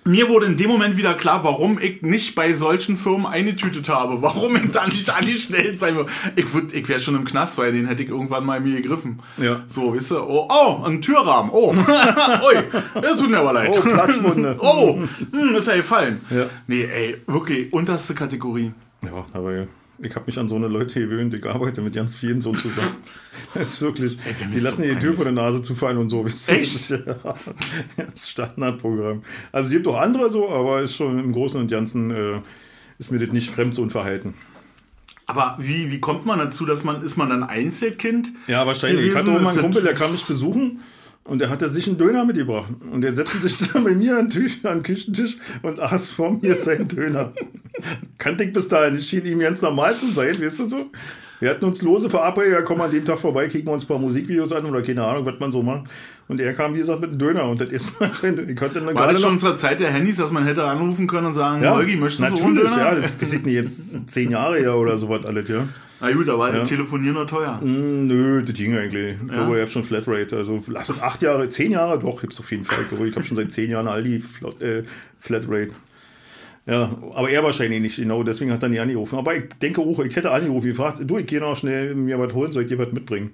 mir wurde in dem Moment wieder klar, warum ich nicht bei solchen Firmen eingetütet habe. Warum ich da nicht angestellt sein will. Ich wäre schon im Knast, weil den hätte ich irgendwann mal mir gegriffen. Ja. So, weißt du, oh, ein Türrahmen. Oh, ui, das tut mir aber leid. Oh, Platzwunde. Oh, ist ja gefallen. Ja. Nee, ey, wirklich, unterste Kategorie. Ja, aber ich habe mich an so eine Leute gewöhnt. Ich arbeite mit ganz vielen so zusammen. Das ist wirklich, die lassen dir die Tür vor der Nase zufallen und so. Echt? Ja, das Standardprogramm. Also es gibt auch andere so, aber ist schon im Großen und Ganzen ist mir das nicht fremd, so ein Verhalten. Aber wie kommt man dazu, ist man dann Einzelkind? Ja, wahrscheinlich. Ich hatte auch mal einen Kumpel, der kam mich besuchen. Und der hatte sich einen Döner mitgebracht. Und der setzte sich dann bei mir an den Küchentisch und aß vor mir seinen Döner. Kannte ich bis dahin. Es schien ihm ganz normal zu sein, weißt du so? Wir hatten uns lose verabredet, ja, komm an dem Tag vorbei, kicken wir uns ein paar Musikvideos an oder keine Ahnung, was man so macht. Und er kam, wie gesagt, mit einem Döner. Und das erste Mal, ich konnte dann war das schon zur Zeit der Handys, dass man hätte anrufen können und sagen, ja, Holgi, möchtest du so einen Döner? Ja, das weiß ich nicht, jetzt 10 Jahre her oder sowas alles, ja. Na gut, da war Telefonieren noch teuer. Nö, das ging eigentlich. Ich glaube, ich habe schon Flatrate. Also, lass uns 8 Jahre, 10 Jahre, doch, ich habe es auf jeden Fall. Ich habe schon seit 10 Jahren Aldi Flatrate. Ja, aber er wahrscheinlich nicht, genau, deswegen hat er nie angerufen. Aber ich denke auch, ich hätte angerufen, gefragt, du, ich gehe noch schnell mir was holen, soll ich dir was mitbringen?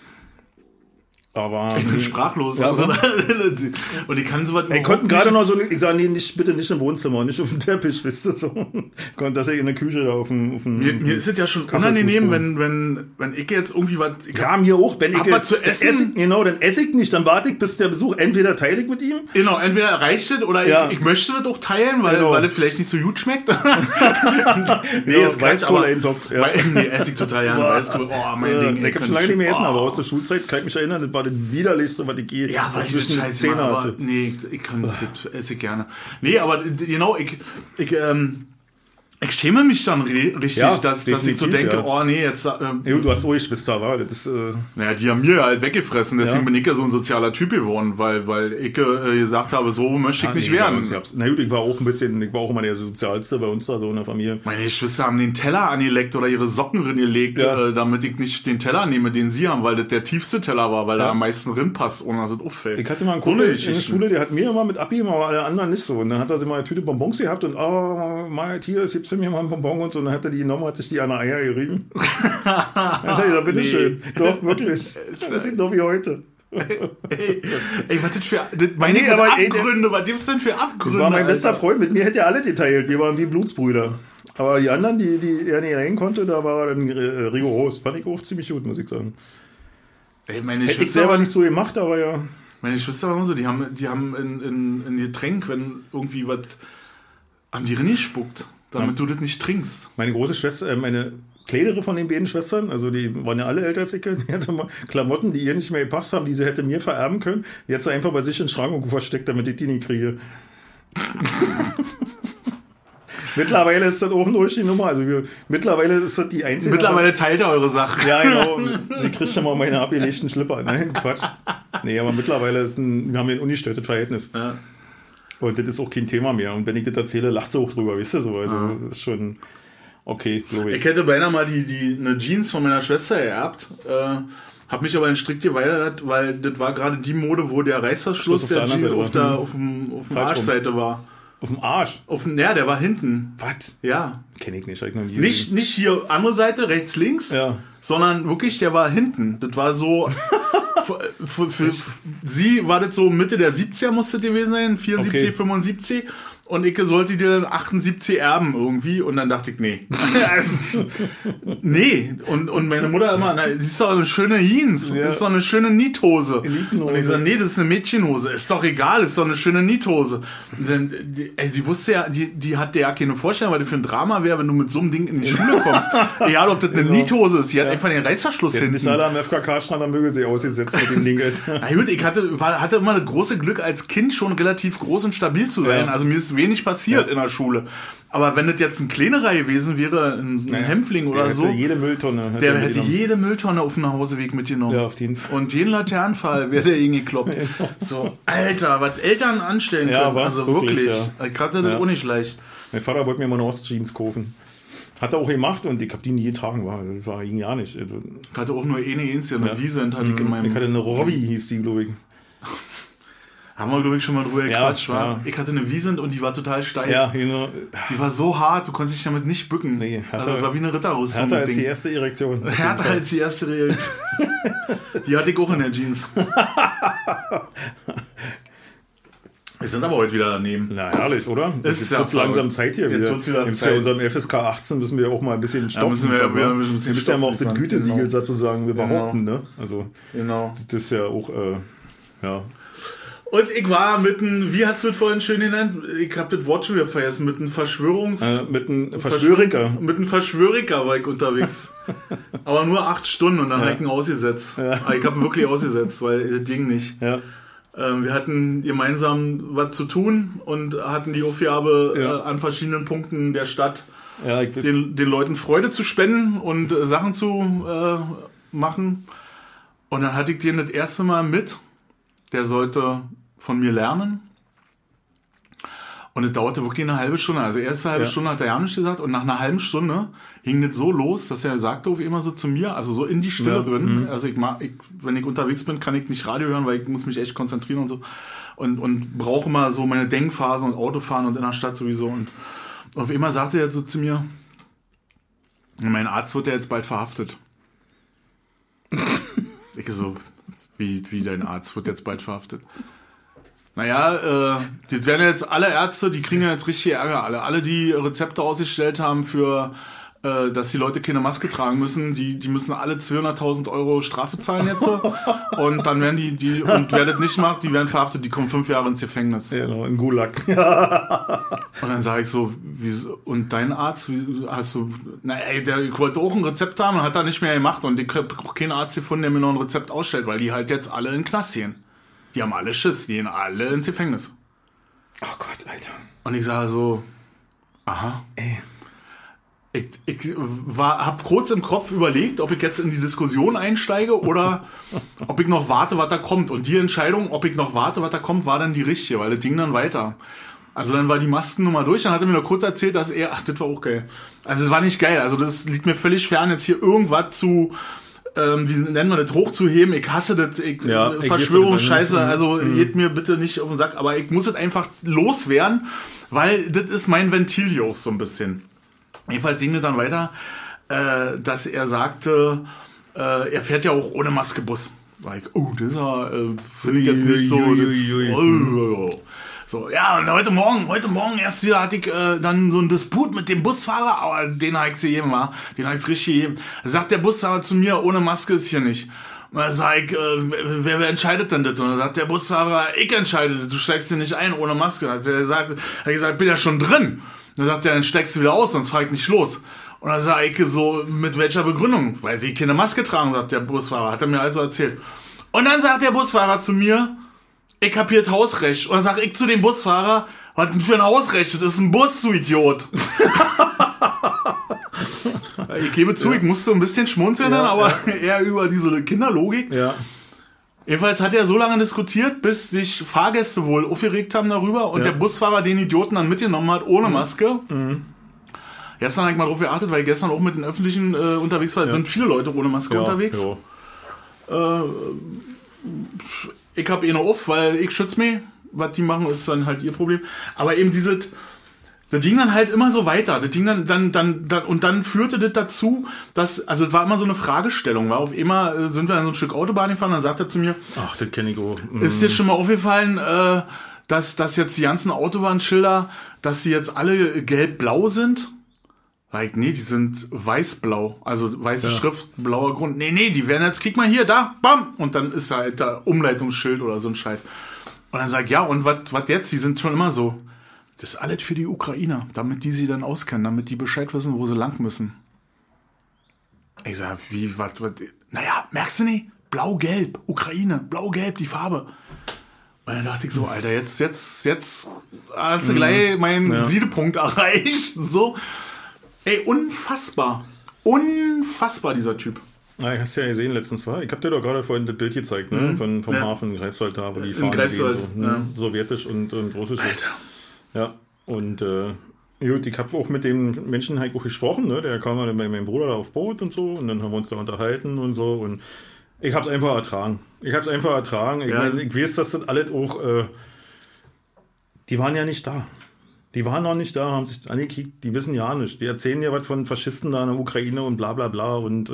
Aber ich bin sprachlos. Ja, also, und ich kann sowas. Ich konnte gerade noch so, ich sage, nee, bitte nicht im Wohnzimmer, nicht auf dem Teppich, wisst ihr so. Konnte das in der Küche da auf dem mir ist es ja schon unangenehm, wenn ich jetzt irgendwie was. Ja, mir auch, wenn ich was zu essen. Genau, dann esse ich nicht, dann warte ich, bis der Besuch, entweder teile ich mit ihm. Genau, entweder reicht es oder ich möchte das auch teilen, weil es vielleicht nicht so gut schmeckt. Nee, das Weißkohl-Eintopf. Ja. Nee, esse ich total gerne Weißkohl. Oh, mein Ding. Ich habe schon lange nicht mehr essen, aber aus der Schulzeit kann ich mich erinnern, das war das widerlichste, was ich je zwischen den Zähnen hatte. Nee, ich kann das esse ich gerne. Nee, aber genau, ich schäme mich dann richtig, dass ich so denke, oh nee, jetzt... du hast Geschwister, war das... Naja, die haben mir halt weggefressen, deswegen bin ich ja so ein sozialer Typ geworden, weil ich gesagt habe, so möchte ich nicht werden. Na gut, ich war auch immer der Sozialste bei uns da so in der Familie. Meine Geschwister haben den Teller angelegt oder ihre Socken reingelegt, damit ich nicht den Teller nehme, den sie haben, weil das der tiefste Teller war, weil da am meisten reinpasst, ohne dass es auffällt. Ich hatte mal einen Kumpel in der Schule, der hat mir immer mit abgegeben, aber alle anderen nicht so. Und dann hat er sich mal eine Tüte Bonbons gehabt und hier, es gibt mir mal einen Bonbon und so, und dann hat er die genommen, hat sich die an der Eier gerieben. Dann hat er gesagt, bitteschön. Doch, wirklich. Das sieht doch wie heute. Ey, was das für Abgründe, was gibt's denn für Abgründe? Das war mein bester Freund, mit mir hätte er alle geteilt. Wir waren wie Blutsbrüder. Aber die anderen, die er nicht rein konnte, da war er dann rigoros. Fand ich auch ziemlich gut, muss ich sagen. Ey, hätte ich selber nicht so gemacht, aber ja. Meine Schwester war immer so, die haben in Getränk, wenn irgendwie was an die Rinne spuckt, damit du das nicht trinkst. Meine große Schwester, meine kleinere von den beiden Schwestern, also die waren ja alle älter als ich, die hatte mal Klamotten, die ihr nicht mehr gepasst haben, die sie hätte mir vererben können. Die hat sie einfach bei sich in den Schrank versteckt, damit ich die nicht kriege. Mittlerweile ist das auch durch die Nummer. Also mittlerweile ist das die einzige. Mittlerweile teilt er eure Sachen. Ja, genau. Sie kriegt schon mal meine abgelegten Schlipper. Nein, Quatsch. Nee, aber mittlerweile haben wir ein ungestöttes Verhältnis. Ja. Und das ist auch kein Thema mehr. Und wenn ich das erzähle, lacht sie auch drüber, weißt du so. Also das ist schon okay, glaube ich. Ich hätte beinahe mal eine Jeans von meiner Schwester ererbt. Hab mich aber in strikt geweigert, weil das war gerade die Mode, wo der Reißverschluss der Jeans auf der Arschseite war. Auf dem Arsch? Ja, der war hinten. Was? Ja. Kenn ich nicht. Noch nie nicht hier andere Seite, rechts, links, sondern wirklich, der war hinten. Das war so... für sie war das so Mitte der 70er musste das gewesen sein, 74, 75. Und ich sollte dir dann 78 erben irgendwie. Und dann dachte ich, nee. Nee. Und meine Mutter immer, das ist doch eine schöne Jeans. Das ist doch eine schöne Niethose. Und ich sage, nee, das ist eine Mädchenhose. Ist doch egal, ist doch eine schöne Niethose. Und dann, sie wusste ja, die hatte ja keine Vorstellung, weil das für ein Drama wäre, wenn du mit so einem Ding in die Schule kommst. Egal, ob das eine Niethose ist. Die hat einfach den Reißverschluss hinten. Ich hatte am FKK-Strand am Mögelsee ausgesetzt mit dem Ding. Na gut, ich hatte immer das große Glück, als Kind schon relativ groß und stabil zu sein. Also mir ist wenig passiert in der Schule. Aber wenn das jetzt ein kleinerer gewesen wäre, ein Hämpfling oder so, jede Mülltonne der hätte jede Mülltonne auf dem Nachhauseweg mitgenommen. Ja, auf jeden Fall. Und jeden Laternenfall wäre der hingekloppt. So, Alter, was Eltern anstellen können. Also wirklich. Ich hatte das auch nicht leicht. Mein Vater wollte mir mal eine Ostjeans kaufen. Hat er auch gemacht und ich habe die nie getragen, war ihn ja nicht. Also, ich hatte auch nur eine Wiesent, hatte ich in meinem... Ich hatte eine Robby, hieß die, glaube ich. Haben wir, glaube ich, schon mal drüber gequatscht, ja. war. Ich hatte eine Wiesent und die war total steil. Ja, genau. Die war so hart, du konntest dich damit nicht bücken. Nee, also war wie eine Ritterrüstung. Härter als die erste Erektion. Härter als die erste Erektion. Die hatte ich auch in der Jeans. Wir sind aber heute wieder daneben. Na herrlich, oder? Jetzt wird langsam Zeit hier wieder. Jetzt wieder Zeit. Bei unserem FSK 18 müssen wir auch mal ein bisschen Stoff liefern. Wir müssen ja mal auch das Gütesiegel sozusagen behaupten. Ne? Also, genau. Das ist ja auch, ja. Und ich war wie hast du es vorhin schön genannt? Ich habe das Wort schon wieder vergessen, mit einem mit einem Verschwöriker. Mit einem Verschwöriker war ich unterwegs. Aber nur 8 Stunden und dann habe ich ihn ausgesetzt. Ja. Aber ich habe ihn wirklich ausgesetzt, weil das ging nicht. Ja. Wir hatten gemeinsam was zu tun und hatten die Aufgabe, an verschiedenen Punkten der Stadt den Leuten Freude zu spenden und Sachen zu machen. Und dann hatte ich den das erste Mal mit. Der sollte von mir lernen. Und es dauerte wirklich eine halbe Stunde. Also erste halbe Stunde hat er ja nicht gesagt. Und nach einer halben Stunde ging das so los, dass er sagte auf immer so zu mir, also so in die Stille drin. Also wenn ich unterwegs bin, kann ich nicht Radio hören, weil ich muss mich echt konzentrieren und so. Und brauche immer so meine Denkphasen und Autofahren und in der Stadt sowieso. Und auf immer sagte er so zu mir, mein Arzt wird ja jetzt bald verhaftet. Ich so, wie dein Arzt wird jetzt bald verhaftet? Naja, die werden jetzt alle Ärzte, die kriegen ja jetzt richtig Ärger, alle die Rezepte ausgestellt haben für, dass die Leute keine Maske tragen müssen, die müssen alle 200.000 Euro Strafe zahlen jetzt. Und dann werden und wer das nicht macht, die werden verhaftet, die kommen 5 Jahre ins Gefängnis. Genau, in Gulag. Und dann sage ich so, und dein Arzt, hast du, der wollte auch ein Rezept haben und hat er nicht mehr gemacht und ich habe auch keinen Arzt gefunden, der mir noch ein Rezept ausstellt, weil die halt jetzt alle in den Knast gehen. Die haben alle Schiss, die gehen alle ins Gefängnis. Oh Gott, Alter. Und ich sage so, aha. Ey. Ich habe kurz im Kopf überlegt, ob ich jetzt in die Diskussion einsteige oder ob ich noch warte, was da kommt. Und die Entscheidung, ob ich noch warte, was da kommt, war dann die richtige, weil das ging dann weiter. Also dann war die Maskennummer durch, dann hat er mir noch kurz erzählt, dass das war auch geil. Also das war nicht geil, also das liegt mir völlig fern, jetzt hier irgendwas zu... wie nennen wir das, hochzuheben. Ich hasse das, Verschwörungsscheiße, also geht mir bitte nicht auf den Sack, aber ich muss es einfach loswerden, weil das ist mein Ventil hier auch so ein bisschen. Jedenfalls ging es dann weiter, dass er sagte, er fährt ja auch ohne Maske Bus. Like, das finde ich jetzt nicht so. So, ja, und heute Morgen erst wieder hatte ich dann so einen Disput mit dem Busfahrer, aber den habe ich gegeben, den habe ich richtig gegeben. Da sagt der Busfahrer zu mir, ohne Maske ist hier nicht. Und dann sag ich, wer entscheidet denn das? Und dann sagt der Busfahrer, ich entscheide das, du steigst hier nicht ein ohne Maske. Hat er gesagt, bin ja schon drin. Und dann sagt er, dann steigst du wieder aus, sonst fahr ich nicht los. Und dann sag ich so, mit welcher Begründung? Weil sie keine Maske tragen, sagt der Busfahrer, hat er mir also erzählt. Und dann sagt der Busfahrer zu mir, ich hab hier das Hausrecht. Und dann sag ich zu dem Busfahrer, was denn für ein Hausrecht? Das ist ein Bus, du Idiot. Ich gebe zu, ich musste ein bisschen schmunzeln dann, aber eher über diese Kinderlogik. Ja. Jedenfalls hat er so lange diskutiert, bis sich Fahrgäste wohl aufgeregt haben darüber und der Busfahrer den Idioten dann mitgenommen hat, ohne Maske. Gestern habe ich mal drauf geachtet, weil ich gestern auch mit den Öffentlichen unterwegs war. Sind viele Leute ohne Maske unterwegs. Ja. Ich hab noch auf, weil ich schütze mich. Was die machen, ist dann halt ihr Problem. Aber eben das ging dann halt immer so weiter. Das ging und dann führte das dazu, dass, also es war immer so eine Fragestellung. Auf immer sind wir an so ein Stück Autobahn gefahren, dann sagt er zu mir, ach, das kenne ich auch. Ist dir schon mal aufgefallen, dass jetzt die ganzen Autobahnschilder, dass die jetzt alle gelb-blau sind? Like, nee, die sind weiß-blau. Also weiße Schrift, blauer Grund. Nee, die werden jetzt, krieg mal hier, da, bam! Und dann ist da halt der Umleitungsschild oder so ein Scheiß. Und dann sag ich, ja, und was jetzt? Die sind schon immer so. Das ist alles für die Ukrainer, damit die sie dann auskennen, damit die Bescheid wissen, wo sie lang müssen. Ich sag, wie, was? Naja, merkst du nicht? Blau-Gelb, Ukraine, Blau-Gelb, die Farbe. Und dann dachte ich so, Alter, jetzt hast du gleich meinen Siedepunkt erreicht. So. Ey, unfassbar. Unfassbar, dieser Typ. Ah, ich hast ja gesehen letztens, war. Ich hab dir doch gerade vorhin das Bild gezeigt, ne? Vom Hafen in Greifswald da, wo die Fahnen gehen, so, sowjetisch und russisch. Alter. Ja, und gut, ich habe auch mit dem Menschen halt auch gesprochen, ne? Der kam mal bei meinem Bruder da auf Boot und so und dann haben wir uns da unterhalten und so und Ich hab's einfach ertragen. Ich meine, ich weiß, dass das alles auch, die waren ja nicht da. Die waren noch nicht da, haben sich angekriegt, die wissen ja nicht. Die erzählen ja was von Faschisten da in der Ukraine und bla bla bla und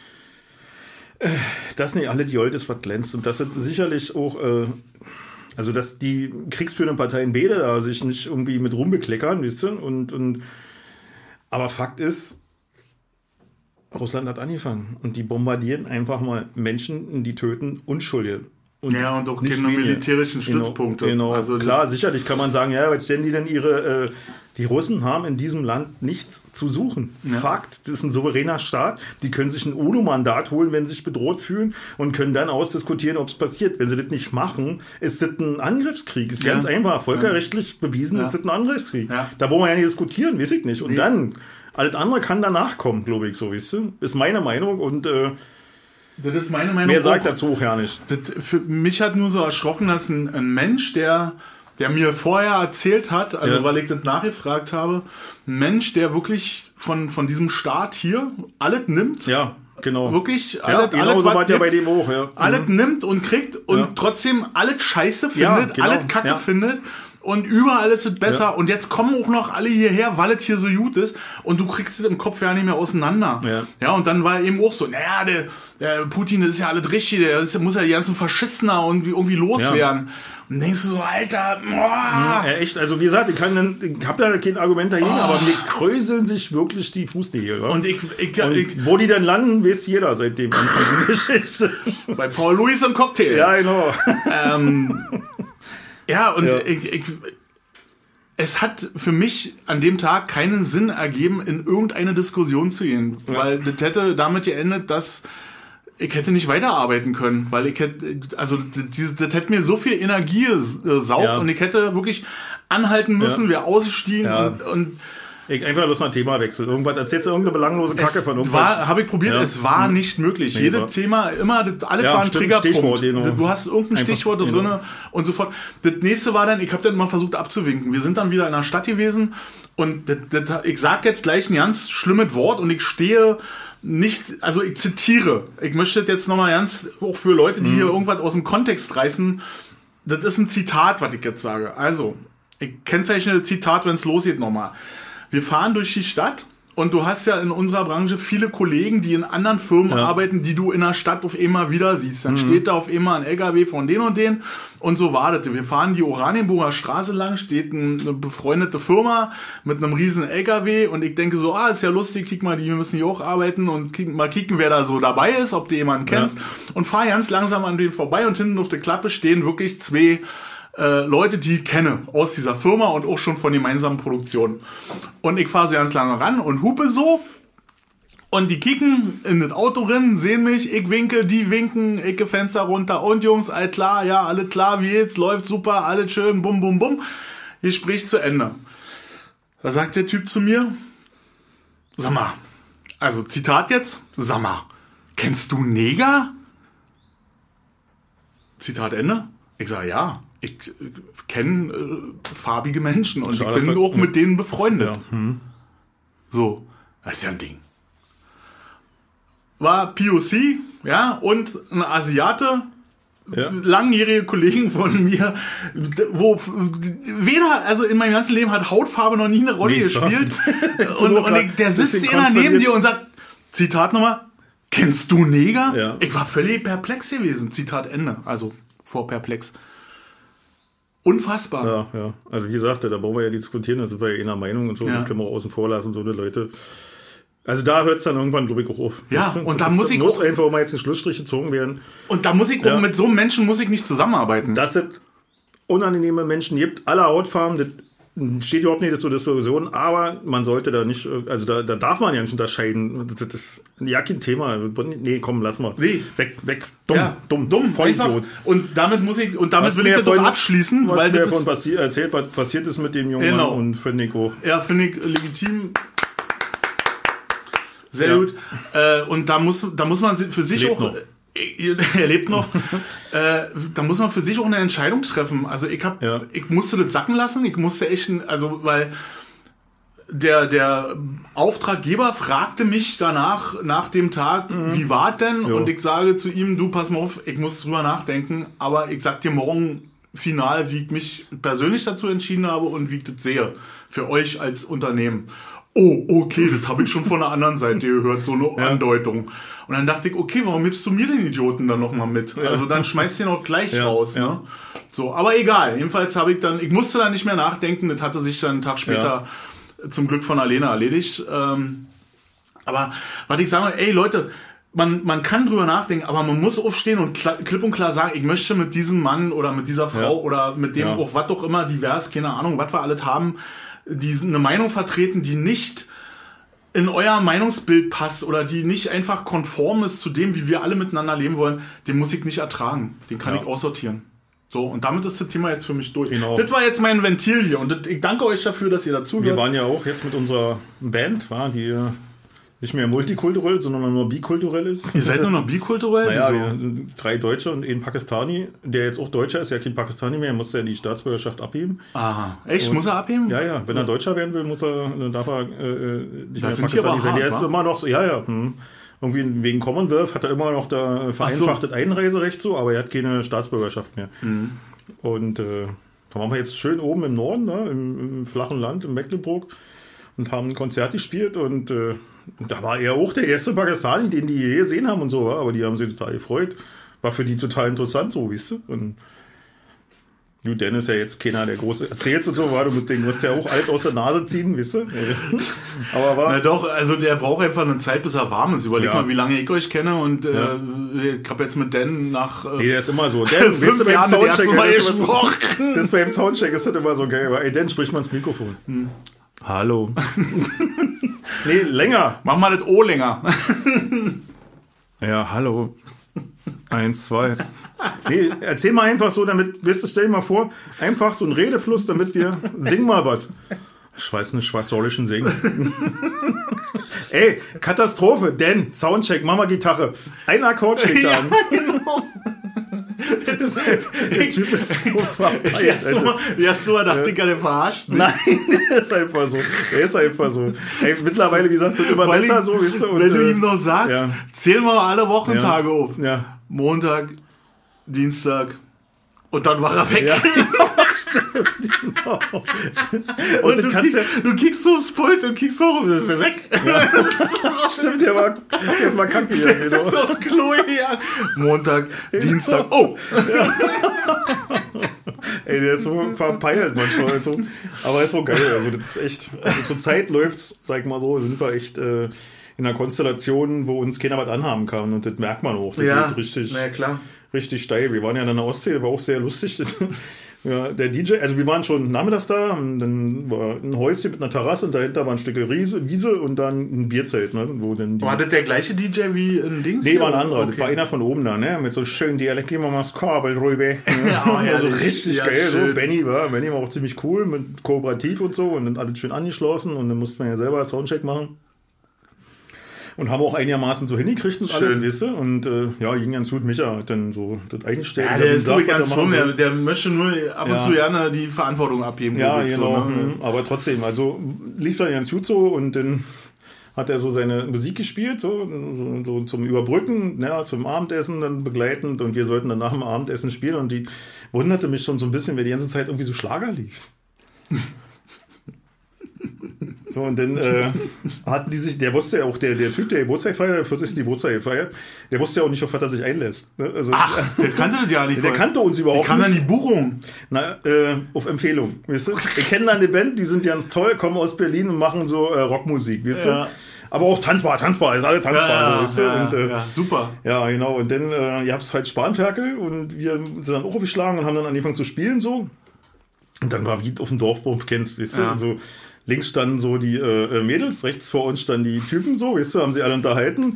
das nicht alle die Oldes, was glänzt. Und das sind sicherlich auch, also dass die kriegsführenden Parteien beide da sich nicht irgendwie mit rumbekleckern, wisst ihr? Aber Fakt ist, Russland hat angefangen und die bombardieren einfach mal Menschen und die töten Unschuldige. Und auch keine militärischen Stützpunkte. Genau. Also klar, sicherlich kann man sagen, ja, was stellen die denn die Russen haben in diesem Land nichts zu suchen. Ja. Fakt, das ist ein souveräner Staat, die können sich ein UNO-Mandat holen, wenn sie sich bedroht fühlen und können dann ausdiskutieren, ob es passiert. Wenn sie das nicht machen, ist das ein Angriffskrieg. Ist ganz einfach, völkerrechtlich bewiesen, ist das ein Angriffskrieg. Ja. Da wollen wir ja nicht diskutieren, weiß ich nicht. Und dann, alles andere kann danach kommen, glaube ich, so, weißt du? Ist meine Meinung und das ist meine Meinung. Mehr sagt dazu auch ja nicht. Für mich hat nur so erschrocken, dass ein Mensch, der mir vorher erzählt hat, also weil ich das nachgefragt habe, ein Mensch, der wirklich von diesem Staat hier alles nimmt. Ja, genau. Wirklich alles, genau so war ja bei dem auch. Ja. Alles nimmt und kriegt und trotzdem alles Scheiße findet, alles Kacke findet. Und überall ist es besser. Ja. Und jetzt kommen auch noch alle hierher, weil es hier so gut ist. Und du kriegst es im Kopf ja nicht mehr auseinander. Ja, und dann war eben auch so, naja, der Putin, das ist ja alles richtig. Muss ja die ganzen Faschisten da irgendwie loswerden. Ja. Und denkst du so, Alter, ja, echt. Also wie gesagt, ich habe da kein Argument dagegen, aber mir kräuseln sich wirklich die Fußnägel. Und wo die dann landen, weiß jeder seitdem Anfang dieser Geschichte. Bei Paul Louis im Cocktail. Ja, genau. Ja, und es hat für mich an dem Tag keinen Sinn ergeben, in irgendeine Diskussion zu gehen. Ja. Weil das hätte damit geendet, dass ich hätte nicht weiterarbeiten können. Weil ich hätte, also das hätte mir so viel Energie gesaugt und ich hätte wirklich anhalten müssen, wäre ausgestiegen und ich einfach bloß mal Thema wechseln. Irgendwas erzählst du irgendeine belanglose Kacke von irgendwas. Habe ich probiert, es war nicht möglich. Nee, jedes Thema, alles war ein Triggerpunkt. Du hast irgendein Stichwort drin und so fort. Das nächste war dann, ich habe dann mal versucht abzuwinken. Wir sind dann wieder in der Stadt gewesen und ich sage jetzt gleich ein ganz schlimmes Wort und ich stehe nicht, also ich zitiere. Ich möchte das jetzt nochmal ganz, auch für Leute, die hier irgendwas aus dem Kontext reißen, das ist ein Zitat, was ich jetzt sage. Also, ich kennzeichne das Zitat, wenn es losgeht nochmal. Wir fahren durch die Stadt und du hast ja in unserer Branche viele Kollegen, die in anderen Firmen arbeiten, die du in der Stadt auf einmal wieder siehst. Dann steht da auf einmal ein LKW von den und so war das. Wir fahren die Oranienburger Straße lang, steht eine befreundete Firma mit einem riesen LKW und ich denke so, ist ja lustig, kick mal, wir müssen hier auch arbeiten und kicken, wer da so dabei ist, ob du jemanden kennst und fahr ganz langsam an denen vorbei und hinten auf der Klappe stehen wirklich zwei Leute, die ich kenne aus dieser Firma und auch schon von gemeinsamen Produktionen. Und ich fahre so ganz lange ran und hupe so. Und die kicken in das Auto rein, sehen mich, ich winke, die winken, ich gehe Fenster runter. Und Jungs, alles klar, ja, alles klar, wie jetzt, läuft super, alles schön, bum, bum, bum. Gespräch zu Ende. Da sagt der Typ zu mir, sag mal, also Zitat jetzt, sag mal, kennst du Neger? Zitat Ende. Ich sage, ja. Ich kenne farbige Menschen und ich bin auch mit denen befreundet. Ja. So, das ist ja ein Ding. War POC, und ein Asiate, langjährige Kollegen von mir, wo weder, also in meinem ganzen Leben hat Hautfarbe noch nie eine Rolle gespielt. Der sitzt einer neben dir und sagt, Zitat nochmal, kennst du Neger? Ja. Ich war völlig perplex gewesen. Zitat Ende. Also vor perplex. Unfassbar. Ja. Also wie gesagt, da brauchen wir ja diskutieren, da sind wir ja einer Meinung und so, das können wir außen vor lassen, so eine Leute. Also da hört es dann irgendwann, glaube ich, auch auf. Ja, und da muss einfach mal jetzt ein Schlussstrich gezogen werden. Und da muss ich auch, mit so einem Menschen muss ich nicht zusammenarbeiten. Dass es unangenehme Menschen gibt, aller Hautfarben, das steht überhaupt nicht zur Diskussion, aber man sollte da nicht, also da darf man ja nicht unterscheiden. Das ist ja kein Thema. Nee, komm, lass mal. Nee. Weg. Dumm, Vollidiot. Und damit will ich das doch abschließen. Was der von erzählt, was passiert ist mit dem Jungen Mann und finde ich auch. Ja, finde ich legitim. Sehr gut. Und da muss man für sich lebt auch... Noch. Er lebt noch. Da muss man für sich auch eine Entscheidung treffen. Also ich musste das sacken lassen. Ich musste echt, weil der Auftraggeber fragte mich danach, nach dem Tag, wie war denn? Jo. Und ich sage zu ihm, du, pass mal auf, ich muss drüber nachdenken, aber ich sag dir morgen final, wie ich mich persönlich dazu entschieden habe und wie ich das sehe. Für euch als Unternehmen. Oh, okay, das habe ich schon von der anderen Seite gehört, so eine Andeutung. Und dann dachte ich, okay, warum gibst du mir den Idioten dann nochmal mit? Ja. Also dann schmeißt den auch gleich raus. Ja. Ne? So, aber egal, jedenfalls ich musste da nicht mehr nachdenken, das hatte sich dann einen Tag später zum Glück von alleine erledigt. Aber was ich sage, ey Leute, man kann drüber nachdenken, aber man muss aufstehen und klipp und klar sagen, ich möchte mit diesem Mann oder mit dieser Frau oder mit dem auch was auch immer divers, keine Ahnung, was wir alles haben, die eine Meinung vertreten, die nicht in euer Meinungsbild passt oder die nicht einfach konform ist zu dem, wie wir alle miteinander leben wollen, den muss ich nicht ertragen. Den kann ich aussortieren. So, und damit ist das Thema jetzt für mich durch. Genau. Das war jetzt mein Ventil hier und ich danke euch dafür, dass ihr dazu Wir waren ja auch jetzt mit unserer Band, die nicht mehr multikulturell, sondern nur bikulturell ist. Ihr seid nur noch bikulturell? Naja, wir 3 Deutsche und 1 Pakistani, der jetzt auch Deutscher ist, ja kein Pakistani mehr, muss ja die Staatsbürgerschaft abheben. Aha, echt? Und muss er abheben? Ja, wenn er Deutscher werden will, darf er nicht mehr Pakistani sein. Der ist immer noch so, irgendwie wegen Commonwealth hat er immer noch da vereinfachtes Einreiserecht so, aber er hat keine Staatsbürgerschaft mehr. Mhm. Und da waren wir jetzt schön oben im Norden, im flachen Land, in Mecklenburg und haben ein Konzert gespielt und da war er auch der erste Pakistani, den die je gesehen haben und so, aber die haben sich total gefreut. War für die total interessant, so, weißt du? Und Dennis ist ja jetzt keiner, der groß erzählt und so, du mit dem musst ja auch alt aus der Nase ziehen, weißt du? Aber na doch, also der braucht einfach eine Zeit, bis er warm ist. Überleg mal, wie lange ich euch kenne und ich habe jetzt mit Dan nach der ist immer so. Dan, 5 Jahren beim Soundcheck das beim Soundcheck ist das immer so geil, weil Dan spricht mal ins Mikrofon. Hallo. Nee, länger. Mach mal das O länger. Ja, hallo. 1, 2. Nee, erzähl mal einfach so, damit, stell dir mal vor, einfach so ein Redefluss, damit wir, sing mal was. Ich weiß nicht, was soll ich denn singen? Ey, Katastrophe, denn Soundcheck, Mama Gitarre. Ein Akkord steht da. Genau. Der Typ ist so verpeilt. Wie hast du mal gedacht, Digga, der verarscht mich? Nein, der ist einfach so. Ey, mittlerweile, wie gesagt, wird immer besser so. Weißt du, und, wenn du ihm noch sagst, zähl mal alle Wochentage auf. Ja. Montag, Dienstag und dann war er weg. Ja. Genau. Und du kickst so aufs Pult und kickst hoch und ist er weg. Ja. Stimmt, der ist mal kacke hier. Das ist aufs Klo her. Montag, Dienstag, oh! Ja. Ey, der ist so verpeilt manchmal. Also. Aber ist so geil. Also das ist echt, zur Zeit läuft's, sag ich mal so, sind wir echt in einer Konstellation, wo uns keiner was anhaben kann. Und das merkt man auch. Das geht richtig steil. Wir waren ja in der Ostsee, das war auch sehr lustig. Ja, der DJ, also wir waren schon nachmittags da, und dann war ein Häuschen mit einer Terrasse und dahinter war ein Stück Wiese und dann ein Bierzelt. Ne, wo dann war das der gleiche DJ wie ein Dings? Nee, war ein anderer. Okay. Das war einer von oben da, ne? Mit so schönen Dialekt, gehen wir mal das Kabel rüber. Ne? Ja, so richtig geil. So. Benny war auch ziemlich cool, mit kooperativ und so und dann alles schön angeschlossen und dann mussten wir ja selber Soundcheck machen. Und haben auch einigermaßen so hingekriegt und alle, weißt du? Und ging ganz gut. Micha hat dann so das eingestellt. Ja, der ist glaube ich ganz fromm. Der möchte nur ab und zu gerne die Verantwortung abgeben. Ja, genau. So, ne? Aber trotzdem, also lief dann ganz gut so und dann hat er so seine Musik gespielt, so zum Überbrücken, zum Abendessen dann begleitend und wir sollten dann nach dem Abendessen spielen und die wunderte mich schon so ein bisschen, weil die ganze Zeit irgendwie so Schlager lief. So, und dann hatten die sich, der wusste ja auch, der Typ, der Geburtstag feiert, der 40. Geburtstag gefeiert, der wusste ja auch nicht, auf was er sich einlässt. Ne? Also, der kannte das ja nicht. Der kannte uns überhaupt nicht. Kam dann die Buchung? Na, auf Empfehlung, weißt du? Wir kennen eine Band, die sind ganz toll, kommen aus Berlin und machen so Rockmusik, weißt du? Aber auch tanzbar, ist alle tanzbar. So, weißt du? Und, super. Ja, genau. Und dann, ihr habt halt Spanferkel und wir sind dann auch aufgeschlagen und haben dann angefangen zu spielen so. Und dann war wie auf dem Dorfbruch, kennst du, weißt du? Und so, links standen so die Mädels, rechts vor uns standen die Typen so, weißt du, haben sie alle unterhalten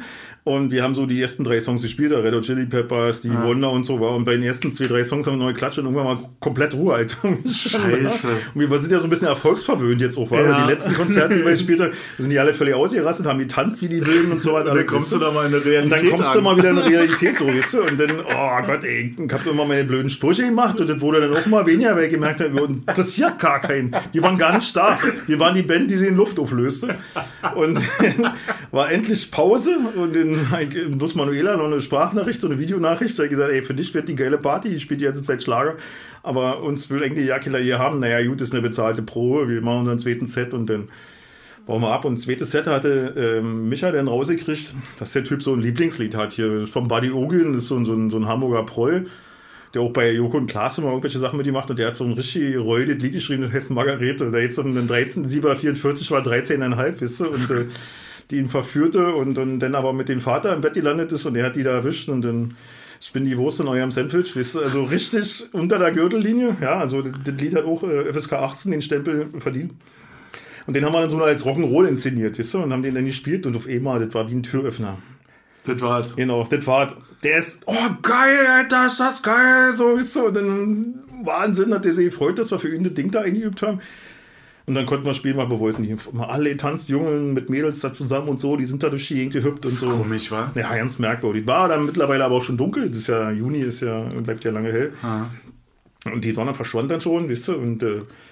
Und wir haben so die ersten 3 Songs gespielt, Red Hot Chili Peppers, die Wonder und so. Und bei den ersten 2, 3 Songs haben wir neu geklatscht und irgendwann mal komplett Ruhe halt. Scheiße. Und wir sind ja so ein bisschen erfolgsverwöhnt jetzt auch, weil die letzten Konzerte, die wir gespielt haben, sind die alle völlig ausgerastet, haben getanzt wie die Wilden und so weiter. Und dann kommst du da mal in der Realität. Und dann kommst du mal wieder in der Realität, so, weißt du? Und dann, oh Gott, ey, ich hab immer meine blöden Sprüche gemacht und das wurde dann auch mal weniger, weil ich gemerkt habe, wir interessiert gar keinen. Wir waren gar nicht stark. Wir waren die Band, die sie in Luft auflöste. Und dann war endlich Pause und dann bloß Manuela noch eine Sprachnachricht, so eine Videonachricht. Da hat gesagt, ey, für dich wird die geile Party, ich spiele die ganze Zeit Schlager, aber uns will eigentlich Jakila hier haben. Naja, gut, ist eine bezahlte Probe, wir machen unseren zweiten Set und dann bauen wir ab. Und das zweite Set hatte Micha dann rausgekriegt, dass der Typ so ein Lieblingslied hat hier. Das ist vom Buddy Ogilvy, das ist so ein Hamburger Proll, der auch bei Joko und Klaas immer irgendwelche Sachen mit ihm macht und der hat so ein richtig räudiges Lied geschrieben, das heißt Margarete. Da jetzt so ein 13,744 war 13,5, weißt du, und die ihn verführte und dann aber mit dem Vater im Bett gelandet ist und er hat die da erwischt und dann spinnt die Wurst in eurem Sandwich, weißt du, also richtig unter der Gürtellinie, ja, also das Lied hat auch FSK 18 den Stempel verdient. Und den haben wir dann so als Rock'n'Roll inszeniert, weißt du, und haben den dann gespielt und auf einmal, das war wie ein Türöffner. Das war's. Genau, das war's. Der ist, oh geil, Alter, ist das geil, so, weißt du, und dann Wahnsinn, hat der sich gefreut, dass wir für ihn das Ding da eingeübt haben. Und dann konnten wir spielen, was wir wollten. Die mal alle tanzt Jungen mit Mädels da zusammen und so, die sind da durch die Gegend gehüpft und so. Komisch, wa? Ja, ganz merkwürdig. War dann mittlerweile aber auch schon dunkel. Das ist ja, Juni bleibt ja lange hell. Und die Sonne verschwand dann schon, weißt du, und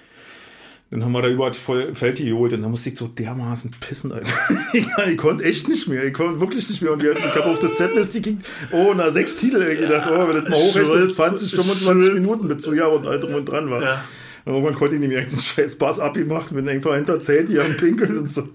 dann haben wir da überall voll Feld geholt und dann musste ich so dermaßen pissen, Alter. Ich konnte echt nicht mehr. Ich konnte wirklich nicht mehr. Und ich habe auf das Setlist gekickt, nach 6 Titel gedacht, wenn das mal hochrechnet, 20, 25 Minuten mit so und all drum und dran war. Ja. Und irgendwann konnte ich nicht mehr den scheiß Bass abgemacht, bin einfach hinter Zelt hier am Pinkeln und so.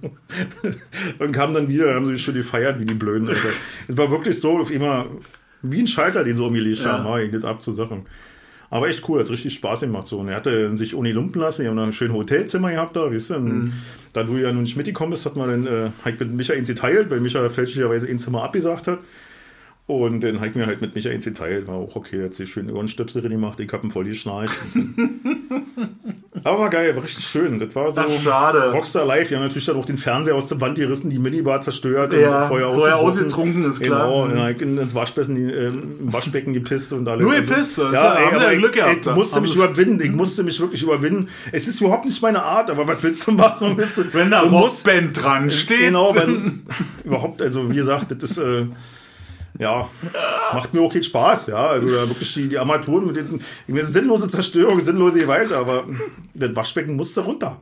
Und kam dann wieder, haben sie schon gefeiert wie die Blöden, Alter. Es war wirklich so, auf immer wie ein Schalter, den so umgelegt haben, war ich das ab zu Sachen. Aber echt cool, hat richtig Spaß gemacht. So. Und er hatte sich ohne lumpen lassen, die haben ein schönes Hotelzimmer gehabt da, weißt du. Und da du ja nun nicht mitgekommen bist, hat man dann halt mit Micha eins geteilt, weil Micha fälschlicherweise ein Zimmer abgesagt hat. Und dann habe ich mir halt mit Micha eins geteilt. War auch okay, hat sich schön Ohrenstöpsel drin gemacht, ich habe ihn voll geschnarcht. Aber war geil, war richtig schön. Das war so schade. Rockstar Live. Die haben natürlich dann auch den Fernseher aus der Wand gerissen, die Minibar zerstört. Ja, vorher ausgetrunken, ist klar. Genau, ins Waschbecken gepisst und alles. Nur gepisst? Also, ja, haben sie Glück gehabt. Ich musste mich überwinden. Ich musste mich wirklich überwinden. Es ist überhaupt nicht meine Art, aber was willst du machen? Wenn da Rockband dran steht. Genau, überhaupt, also wie gesagt, das ist... macht mir auch keinen Spaß, ja, also da wirklich die Armaturen mit den, sinnlose Zerstörung, sinnlose Gewalt, aber das Waschbecken musste runter.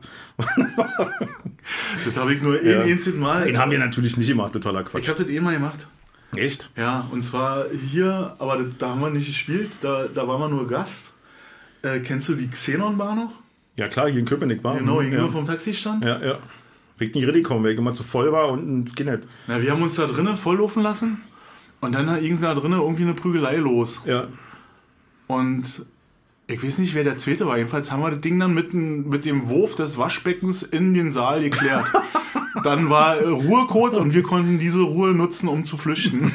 Das habe ich nur ein Mal. Den haben wir natürlich nicht gemacht, totaler Quatsch. Ich habe das mal gemacht. Echt? Ja, und zwar hier, aber da haben wir nicht gespielt, da waren wir nur Gast. Kennst du die Xenon-Bar noch? Ja klar, hier in Köpenick war. Genau, hier vom Taxistand. Ja. Wenn ich nicht reingekommen, weil ich immer zu voll war und ein Skinhead. Na, wir haben uns da drinnen volllaufen lassen. Und dann hat irgendwie da drinnen irgendwie eine Prügelei los. Ja. Und ich weiß nicht, wer der Zweite war. Jedenfalls haben wir das Ding dann mit dem Wurf des Waschbeckens in den Saal geklärt. Dann war Ruhe kurz und wir konnten diese Ruhe nutzen, um zu flüchten.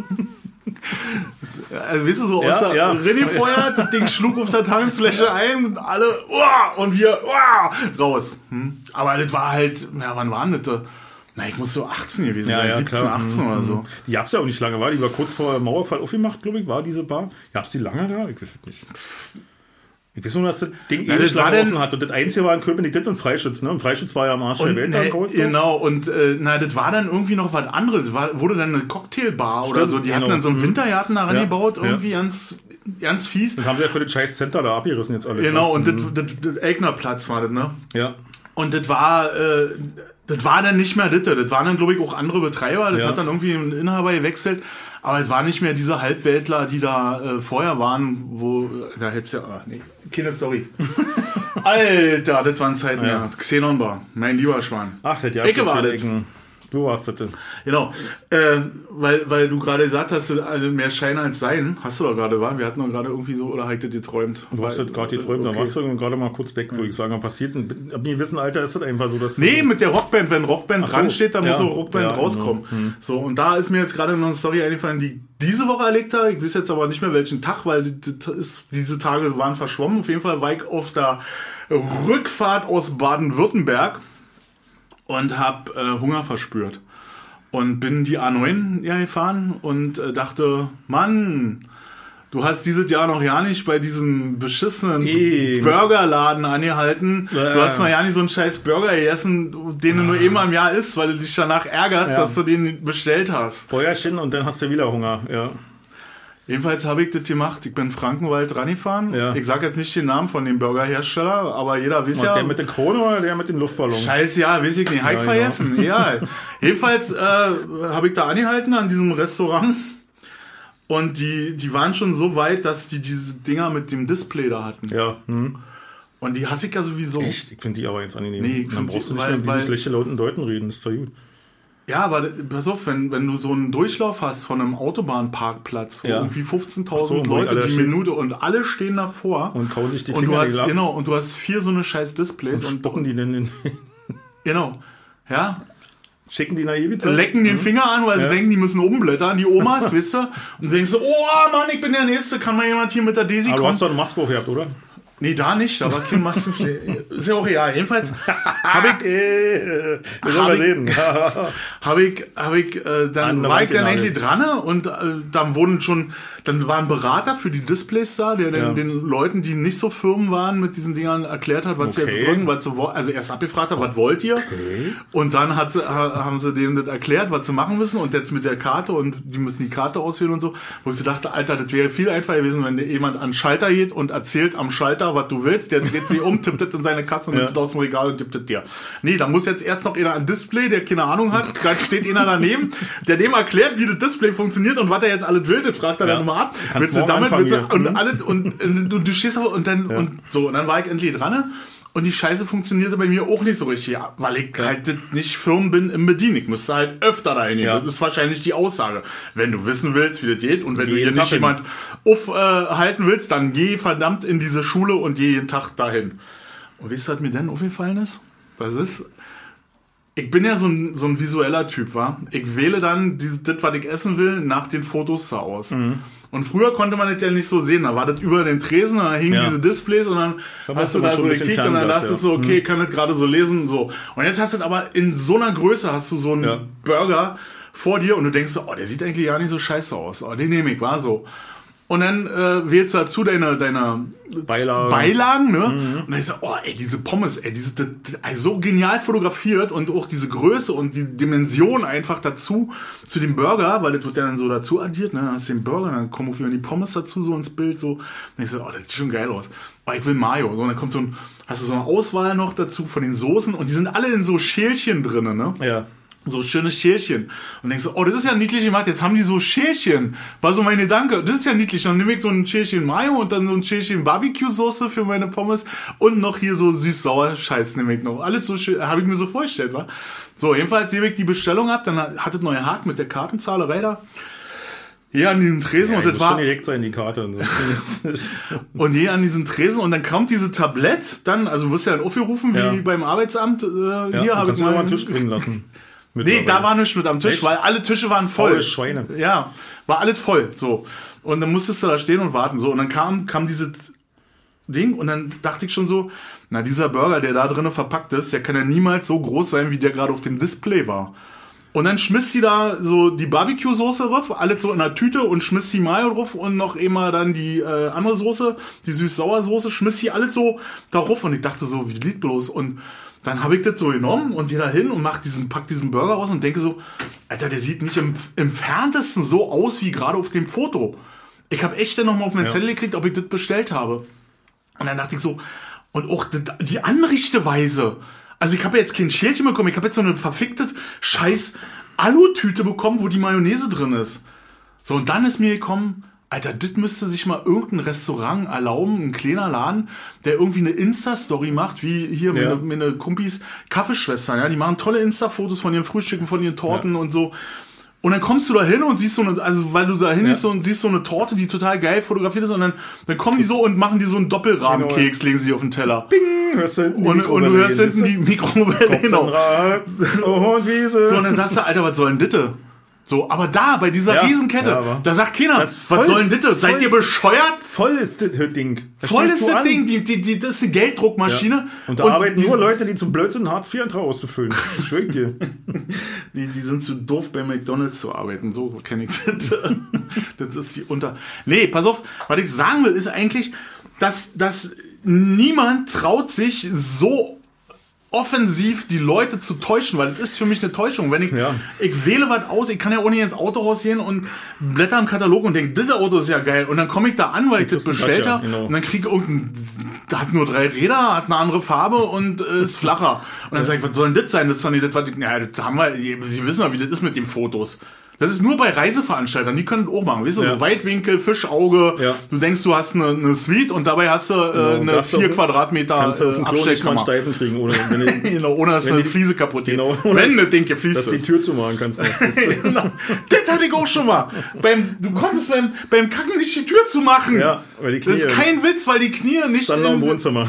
Also, weißt du, so aus der René-Feuer, das Ding schlug auf der Tanzfläche ein und alle, und wir, raus. Aber das war halt, wann war denn das? Na, ich muss so 18 gewesen sein, 17, klar. 18 oder so. Die gab's ja auch nicht lange, war die war kurz vor Mauerfall aufgemacht, glaube ich, war diese Bar. Gab's die lange da? Ich weiß es nicht. Ich weiß nur, dass das Ding ewig lange offen hat. Und das Einzige war in Köpenick das und Freischütz, ne? Und Freischütz war ja am Arsch der Welt. Genau, und das war dann irgendwie noch was anderes. Wurde dann eine Cocktailbar oder so. Die hatten dann so einen Wintergarten da rangebaut, irgendwie ganz fies. Das haben sie ja für das scheiß Center da abgerissen jetzt alle. Genau, und das Elknerplatz war das, ne? Ja. Und das war dann nicht mehr das waren dann, glaube ich, auch andere Betreiber. Das hat dann irgendwie ein Inhaber gewechselt. Aber es war nicht mehr diese Halbweltler, die da vorher waren, wo, da hättest ja, keine Story. Alter, das waren Zeiten, Xenon-Bar, mein lieber Schwan. Ach, das Ecke war das. Du warst das denn. Genau, weil du gerade gesagt hast, mehr Schein als Sein, hast du doch gerade, wir hatten doch gerade irgendwie so, oder halt geträumt. Du hast das gerade geträumt, dann warst du gerade mal kurz weg, würde ich sagen, passiert. Ab einem gewissen Alter ist das einfach so, dass... Nee, mit der Rockband, wenn Rockband dran steht, dann muss so Rockband rauskommen. Genau. So, und da ist mir jetzt gerade noch eine Story eingefallen, die diese Woche erlebt habe, ich weiß jetzt aber nicht mehr welchen Tag, weil diese Tage waren verschwommen, auf jeden Fall war ich auf der Rückfahrt aus Baden-Württemberg und habe Hunger verspürt. Und bin die A9 gefahren und dachte, Mann, du hast dieses Jahr noch ja nicht bei diesem beschissenen Burgerladen angehalten. Du hast noch ja nicht so einen scheiß Burger gegessen, den du nur einmal im Jahr isst, weil du dich danach ärgerst, dass du den bestellt hast. Bäuerchen und dann hast du wieder Hunger, ja. Jedenfalls habe ich das gemacht. Ich bin in Frankenwald rangefahren. Ja. Ich sage jetzt nicht den Namen von dem Burgerhersteller, aber jeder weiß ja... Der mit der Krone oder der mit dem Luftballon? Scheiße, ja, weiß ich nicht. Habe ich vergessen. Egal. Jedenfalls habe ich da angehalten an diesem Restaurant und die waren schon so weit, dass die diese Dinger mit dem Display da hatten. Ja. Und die hasse ich ja sowieso. Echt? Ich finde die aber jetzt angenehm. Nee, dann brauchst du nicht mehr mit diesen schlechten lauten Leuten reden. Das ist doch gut. Ja, aber pass auf, wenn du so einen Durchlauf hast von einem Autobahnparkplatz, wo irgendwie 15.000 Leute die Minute und alle stehen davor und kauen sich die Finger ab. Genau, und du hast 4 so eine scheiß Displays und spucken die denn in genau, ja. Schicken die nach Ibiza? Lecken den Finger an, weil sie denken, die müssen umblättern, die Omas, wisst ihr? Und denkst so, oh Mann, ich bin der Nächste, kann mal jemand hier mit der Desi kommen? Aber du hast doch eine Maske aufgehabt, oder? Nee, da nicht, da war kein Maskenpflege. Ist ja auch egal. Jedenfalls dann war ich dann endlich dran und dann war ein Berater für die Displays da, der den Leuten, die nicht so Firmen waren, mit diesen Dingern erklärt hat, was sie jetzt drücken, also erst abgefragt hat, was wollt ihr? Okay. Und dann haben sie denen das erklärt, was sie machen müssen und jetzt mit der Karte und die müssen die Karte auswählen und so, wo ich so dachte, Alter, das wäre viel einfacher gewesen, wenn dir jemand an den Schalter geht und erzählt am Schalter, was du willst, der dreht sich um, tippt das in seine Kasse und nimmt das aus dem Regal und tippt das dir. Nee, da muss jetzt erst noch einer ein Display, der keine Ahnung hat, dann steht einer daneben, der dem erklärt, wie das Display funktioniert und was er jetzt alles will, das fragt er dann nochmal ab. Willst du damit, und alles, und du stehst aber und dann, und so, und dann war ich endlich dran. Und die Scheiße funktionierte bei mir auch nicht so richtig, weil ich halt nicht Firmen bin im Bedienen. Ich müsste halt öfter dahin gehen. Das ist wahrscheinlich die Aussage. Wenn du wissen willst, wie das geht und wenn du hier nicht jemand aufhalten willst, dann geh verdammt in diese Schule und geh jeden Tag dahin. Und weißt du, was mir dann aufgefallen ist? Ich bin ja so ein visueller Typ, wa? Ich wähle dann das, was ich essen will, nach den Fotos da aus. Und früher konnte man das ja nicht so sehen. Da war das über den Tresen, da hingen diese Displays und dann hast du da so gekickt und dann dachtest du so, okay, ich kann das gerade so lesen, so. Und jetzt hast du das aber in so einer Größe, hast du so einen Burger vor dir und du denkst so, oh, der sieht eigentlich gar nicht so scheiße aus. Oh, den nehme ich, war so. Und dann wählst du dazu deine Beilagen, ne? Und dann ist so, oh, ey, diese Pommes, ey, so genial fotografiert und auch diese Größe und die Dimension einfach dazu zu dem Burger, weil das wird ja dann so dazu addiert, ne? Dann hast du den Burger, dann kommen auch wieder die Pommes dazu so ins Bild, so. Und ich so, oh, das sieht schon geil aus. Oh, ich will Mayo. So, und dann kommt hast du so eine Auswahl noch dazu von den Soßen und die sind alle in so Schälchen drinnen, ne? Ja. So schöne Schälchen. Und denkst du, oh, das ist ja niedlich gemacht, jetzt haben die so Schälchen. War so mein Gedanke, das ist ja niedlich. Dann nehme ich so ein Schälchen Mayo und dann so ein Schälchen Barbecue-Soße für meine Pommes und noch hier so süß-sauer Scheiß nehme ich noch. Alles so schön, habe ich mir so vorgestellt, wa? So, jedenfalls gebe ich die Bestellung ab, dann hat das neue Haken mit der Kartenzahlerei da. Hier an diesen Tresen und das war... schon direkt sein, die Karte und so. Und hier an diesen Tresen und dann kommt diese Tablett, dann, also du wirst ja dann aufgerufen, wie beim Arbeitsamt. Hier habe ich mal einen Tisch bringen lassen. Nee, da war nichts mit am Tisch, weil alle Tische waren voll. Faule Schweine. Ja, war alles voll, so. Und dann musstest du da stehen und warten, so. Und dann kam dieses Ding und dann dachte ich schon so, na, dieser Burger, der da drinnen verpackt ist, der kann ja niemals so groß sein, wie der gerade auf dem Display war. Und dann schmiss die da so die Barbecue-Soße drauf, alles so in einer Tüte und schmiss die Mayo drauf und noch immer dann die andere Soße, die süß-sauer-Soße, schmiss die alles so darauf und ich dachte so, wie liegt bloß? Und dann habe ich das so genommen und gehe da hin und pack diesen Burger raus und denke so, Alter, der sieht nicht im Entferntesten so aus wie gerade auf dem Foto. Ich habe echt dann nochmal auf meinen Zettel gekriegt, ob ich das bestellt habe. Und dann dachte ich so, und auch die Anrichteweise. Also ich habe jetzt kein Schälchen bekommen, ich habe jetzt so eine verfickte scheiß Alutüte bekommen, wo die Mayonnaise drin ist. So, und dann ist mir gekommen, Alter, das müsste sich mal irgendein Restaurant erlauben, ein kleiner Laden, der irgendwie eine Insta-Story macht, wie hier meine Kumpis Kaffeeschwestern, ja, die machen tolle Insta-Fotos von ihren Frühstücken, von ihren Torten und so. Und dann kommst du da hin und siehst weil du da hin gehst und siehst so eine Torte, die total geil fotografiert ist und dann kommen die so und machen die so einen Doppelrahmenkeks, legen sie die auf den Teller. Bing, hörst du hinten und du hörst hinten die Mikrowelle, genau. Und Wiese. So, und dann sagst du, Alter, was soll denn das? So, aber da, bei dieser Riesenkette, da sagt keiner, was soll denn das? Seid ihr bescheuert? Voll ist das Ding. Voll ist das Ding, das ist eine Gelddruckmaschine. Ja. Und da arbeiten nur Leute, die zum Blödsinn Hartz-IV-Antrag auszufüllen. Ich schwöre dir. die sind zu doof, bei McDonald's zu arbeiten. So kenne ich das. Das ist die Nee, pass auf, was ich sagen will, ist eigentlich, dass niemand traut sich so offensiv die Leute zu täuschen, weil das ist für mich eine Täuschung. Wenn ich wähle was aus, ich kann ja ohne ins Auto rausgehen und blätter im Katalog und denke, das Auto ist ja geil. Und dann komme ich da an, weil ich das bestellt habe und dann kriege ich hat nur 3 Räder, hat eine andere Farbe und ist flacher. Und dann sage ich, was soll denn das sein? Das ist doch nicht das, was das haben wir, Sie wissen ja, wie das ist mit den Fotos. Das ist nur bei Reiseveranstaltern, die können das auch machen. Weißt du, so Weitwinkel, Fischauge, du denkst, du hast eine Suite und dabei hast du eine 4 Quadratmeter Abstellkammer. Steifen kriegen, ohne dass eine Fliese kaputt geht. Genau, wenn das Ding gefliest ist. Dass die Tür zumachen kannst. Genau. Das hatte ich auch schon mal. Du konntest beim Kacken nicht die Tür zumachen. Ja, weil die Knie. Das ist kein Witz, weil die Knie nicht standen im Wohnzimmer.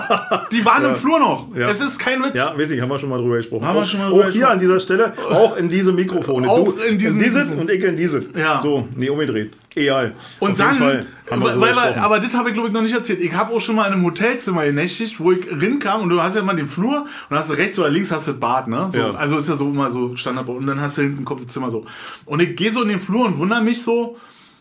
Die waren im Flur noch. Ja. Es ist kein Witz. Ja, weiß ich, haben wir schon mal drüber gesprochen. Auch hier an dieser Stelle, auch in diese Mikrofone. Auch in diesen und ich in diese. Ja. So, nee, umgedreht. Egal. Und dann, aber das habe ich glaube ich noch nicht erzählt. Ich habe auch schon mal in einem Hotelzimmer genächtigt, wo ich rinkam und du hast ja mal den Flur und hast du rechts oder links hast du das Bad, ne? So, also ist ja so immer so Standard. Und dann hast du hinten kommt das Zimmer so. Und ich gehe so in den Flur und wundere mich so,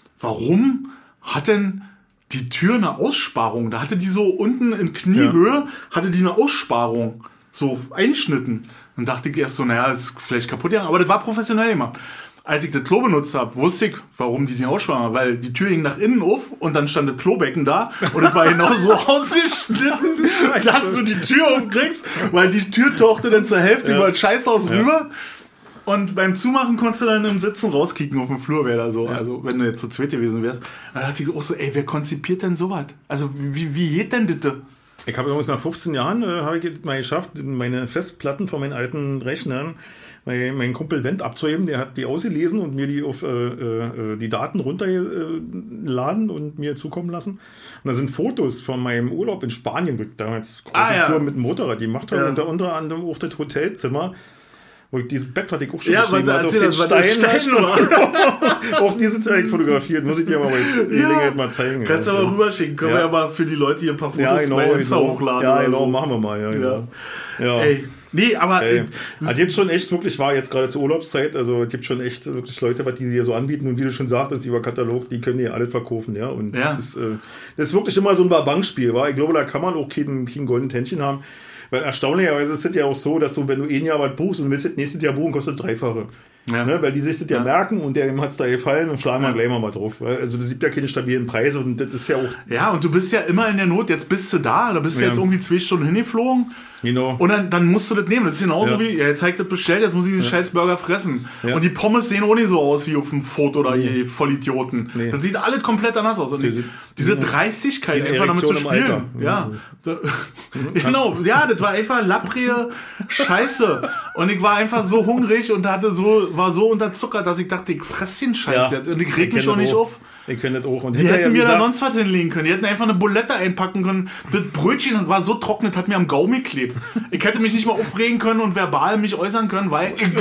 warum hat denn die Tür eine Aussparung? Da hatte die so unten in Kniehöhe, hatte die eine Aussparung. So einschnitten. Dann dachte ich erst so, naja, das ist vielleicht kaputt gegangen, aber das war professionell gemacht. Als ich das Klo benutzt habe, wusste ich, warum die aussparren, weil die Tür hing nach innen auf und dann stand das Klobecken da und es war genau so ausgeschnitten, dass du die Tür aufkriegst, weil die Tür tauchte dann zur Hälfte über das Scheißhaus rüber und beim Zumachen konntest du dann im Sitzen rauskicken auf dem Flur, wäre da so, also wenn du jetzt zu zweit gewesen wärst. Dann dachte ich auch so, ey, wer konzipiert denn sowas? Also wie geht denn das? Ich habe übrigens nach 15 Jahren habe ich mal geschafft, meine Festplatten von meinen alten Rechnern meinen Kumpel Wendt abzuheben. Der hat die ausgelesen und mir die auf die Daten runtergeladen und mir zukommen lassen. Und da sind Fotos von meinem Urlaub in Spanien, wo ich damals große Tour mit dem Motorrad gemacht habe. Und da unter anderem auf das Hotelzimmer, wo ich dieses Bett, was ich auch schon geschrieben hatte, auf den Stein auf dieses Teil fotografiert. Muss ich dir aber bei Gelegenheit mal zeigen. Kannst du aber rüberschicken. Können wir ja mal für die Leute hier ein paar Fotos bei Insta hochladen. Ja, genau, machen wir mal. Ja. Ey. Nee, aber... Es gibt schon echt wirklich, war jetzt gerade zur Urlaubszeit, also es gibt schon echt wirklich Leute, was die hier so anbieten und wie du schon sagtest, über Katalog, die können dir alles verkaufen, ja. Und das ist wirklich immer so ein Bankspiel, war. Ich glaube, da kann man auch kein golden Tändchen haben. Weil erstaunlicherweise ist es ja auch so, dass du, wenn du ein Jahr was buchst und willst das nächstes Jahr buchen, kostet 3-fache. Ja. Ne? Weil die sich das ja merken und dem hat es da gefallen und schlagen wir gleich mal drauf. Also das gibt ja keine stabilen Preise und das ist ja auch... Ja, und du bist ja immer in der Not, jetzt bist du da bist du jetzt irgendwie 2 Stunden hingeflogen. Genau. Und dann musst du das nehmen. Das ist genauso wie, jetzt zeigt das bestellt, jetzt muss ich den scheiß Burger fressen. Ja. Und die Pommes sehen auch nicht so aus wie auf dem Foto da, ihr Vollidioten. Nee. Das sieht alles komplett anders aus. Und diese Dreistigkeit, einfach damit zu spielen. Ja. Genau, ja, das war einfach lapprige Scheiße. Und ich war einfach so hungrig und war so unterzuckert, dass ich dachte, ich fresse den Scheiß jetzt. Und ich reg mich auch nicht auf. Ich kenne das auch. Und die hätten mir da sonst was hinlegen können. Die hätten einfach eine Bulette einpacken können. Das Brötchen war so trocken, das hat mir am Gaumen geklebt. Ich hätte mich nicht mal aufregen können und verbal mich äußern können, weil ich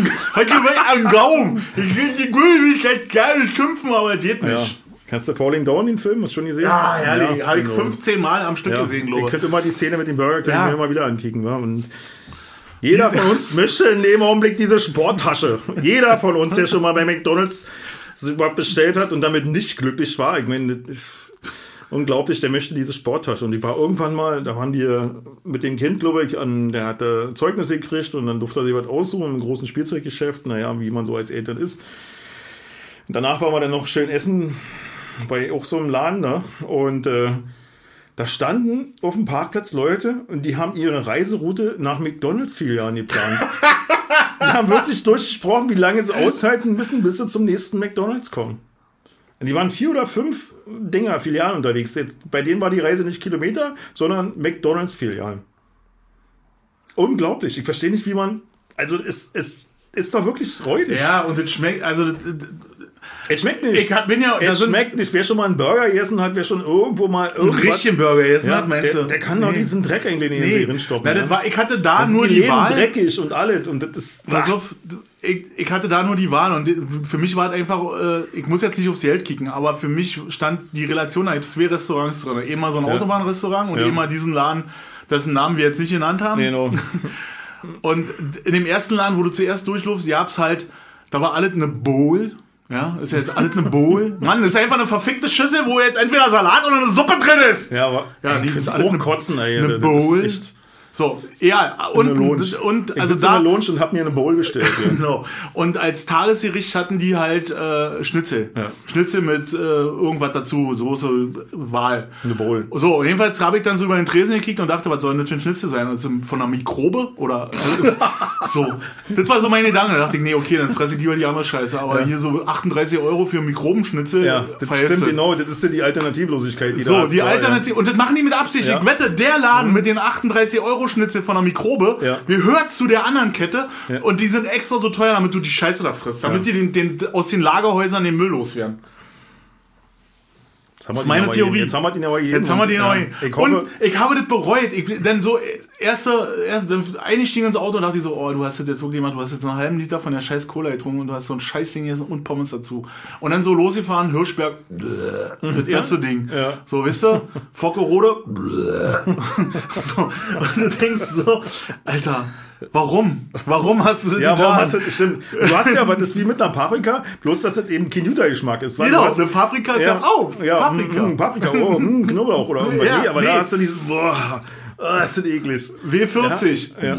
am Gaumen. Ich will mich gleich gerne schimpfen, aber das geht nicht. Ja. Kannst du Falling Down, den Film? Hast du schon gesehen? Ja, herrlich. Ja, habe ich 15 Mal am Stück gesehen, glaube ich. Ich könnte immer die Szene mit dem Burger können wir immer wieder ankicken. Ja? Und jeder von uns möchte in dem Augenblick diese Sporttasche. Jeder von uns, der schon mal bei McDonald's was bestellt hat und damit nicht glücklich war. Ich meine, das ist unglaublich, der möchte diese Sporttasche. Und ich war irgendwann mal, da waren wir mit dem Kind, glaube ich, der hatte Zeugnisse gekriegt und dann durfte er sich was aussuchen im großen Spielzeuggeschäft. Naja, wie man so als Eltern ist. Und danach waren wir dann noch schön essen bei auch so einem Laden, ne? Und da standen auf dem Parkplatz Leute und die haben ihre Reiseroute nach McDonald's-Filialen geplant. Die haben wirklich durchgesprochen, wie lange sie aushalten müssen, bis sie zum nächsten McDonald's kommen. Und die waren 4 oder 5 Filialen unterwegs. Jetzt, bei denen war die Reise nicht Kilometer, sondern McDonald's-Filialen. Unglaublich. Ich verstehe nicht, wie man... Also es ist doch wirklich räudig. Ja, und es schmeckt... Also es schmeckt nicht. Es schmeckt nicht. Wer schon mal einen Burger gegessen hat, wer schon irgendwo mal einen richtigen Burger gegessen hat, meinst du? Der kann doch diesen Dreck eigentlich in den Serien stoppen. Na, das war, ich hatte da nur die Wahl. Dreckig und alles. Und das ist... Ich hatte da nur die Wahl und für mich war es einfach, ich muss jetzt nicht aufs Geld kicken, aber für mich stand die Relation, da gibt es 2 Restaurants drin. Immer so ein Autobahnrestaurant und immer diesen Laden, dessen Namen wir jetzt nicht genannt haben. Genau. Und in dem ersten Laden, wo du zuerst durchläufst, gab's halt, da war alles eine Bowl. Ja, ist jetzt alles eine Bowl. Mann, das ist einfach eine verfickte Schüssel, wo jetzt entweder Salat oder eine Suppe drin ist. Ja, aber die ist alles eine Kotzen, ey. Eine Bowl. So, ja, und also da in der Lounge und hab mir eine Bowl bestellt. Ja. Genau. Und als Tagesgericht hatten die halt Schnitzel. Ja. Schnitzel mit irgendwas dazu, Soße, Wahl. Eine Bowl. So, jedenfalls habe ich dann so über den Tresen gekickt und dachte, was soll denn das für ein Schnitzel sein? Also von einer Mikrobe oder so. Das war so mein Gedanke. Da dachte ich, nee, okay, dann fresse ich lieber die andere Scheiße. Aber hier so 38 € für Mikrobenschnitzel. Ja, das stimmt, genau. Das ist ja die Alternativlosigkeit, die so, da hast. So, die Alternative. Ja. Und das machen die mit Absicht. Ja. Ich wette, der Laden mit den 38 € Schnitzel von einer Mikrobe gehört zu der anderen Kette und die sind extra so teuer, damit du die Scheiße da frisst, damit die den aus den Lagerhäusern den Müll loswerden. Das ist meine Theorie. Jetzt haben wir den aber hier. Und ich habe das bereut. Dann so eingestiegen ins Auto und dachte ich so, oh, du hast jetzt wirklich gemacht, du hast jetzt einen halben Liter von der scheiß Cola getrunken und du hast so ein Scheißding hier und Pommes dazu. Und dann so losgefahren, Hirschberg, das erste Ding. Ja. So, wisst ihr, Focke-Rode, so. Und du denkst so, Alter, warum? Warum hast du das getan? Warum hast du das? Stimmt. Du hast ja, aber das ist wie mit einer Paprika, bloß dass das eben kein Gütergeschmack ist. Genau, eine Paprika ist Paprika, Knoblauch oder irgendwas. Ja, aber da hast du diesen, das ist eklig. W40. Ja.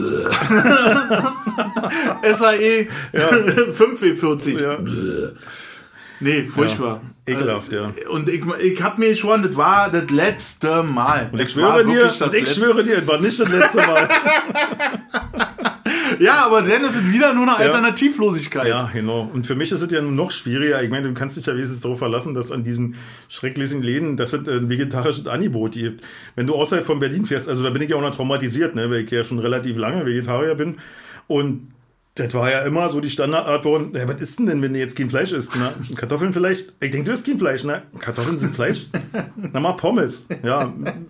SAE 5W40. Ja. Nee, furchtbar. Ja, ekelhaft, ja. Und ich hab mir schon, das war das letzte Mal. Und ich schwöre dir, das war nicht das letzte Mal. Ja, aber dann ist es wieder nur eine Alternativlosigkeit. Ja, genau. Und für mich ist es ja noch schwieriger. Ich meine, du kannst dich ja wenigstens darauf verlassen, dass an diesen schrecklichen Läden, dass es ein vegetarisches Angebot gibt. Wenn du außerhalb von Berlin fährst, also da bin ich ja auch noch traumatisiert, ne, weil ich ja schon relativ lange Vegetarier bin. Und das war ja immer so die Standardart von, was ist denn, wenn du jetzt kein Fleisch isst? Na, Kartoffeln vielleicht? Ich denke, du isst kein Fleisch, ne? Kartoffeln sind Fleisch? Na mal Pommes, ja.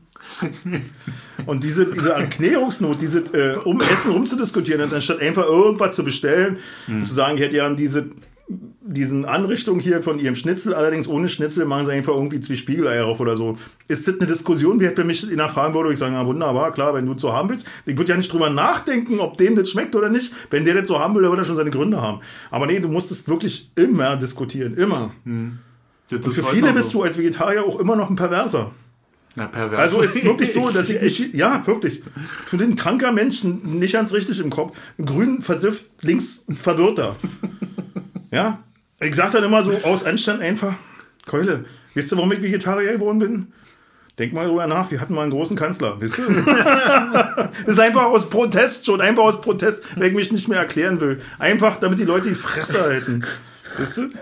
Und diese Erklärungsnot, um Essen rumzudiskutieren, anstatt einfach irgendwas zu bestellen, zu sagen, ich hätte ja diesen Anrichtung hier von ihrem Schnitzel, allerdings ohne Schnitzel, machen sie einfach irgendwie 2 Spiegeleier auf oder so. Ist das eine Diskussion, wie hätte mich nachfragen würde, ich sage, na wunderbar, klar, wenn du das so haben willst. Ich würde ja nicht drüber nachdenken, ob dem das schmeckt oder nicht. Wenn der das so haben will, dann wird er schon seine Gründe haben. Aber nee, du musst es wirklich immer diskutieren, immer. Und für viele bist du als Vegetarier auch immer noch ein Perverser. Na, pervers. Also es ist wirklich so, dass ich nicht, ja, wirklich, für den kranker Menschen nicht ganz richtig im Kopf, grün versifft, links verwirrter. Ja, ich sag dann immer so aus Anstand einfach, Keule, wisst ihr, warum ich Vegetarier geworden bin? Denk mal drüber nach, wir hatten mal einen großen Kanzler, wisst ihr? Das ist einfach aus Protest weil ich mich nicht mehr erklären will. Einfach, damit die Leute die Fresse halten. Weißt du?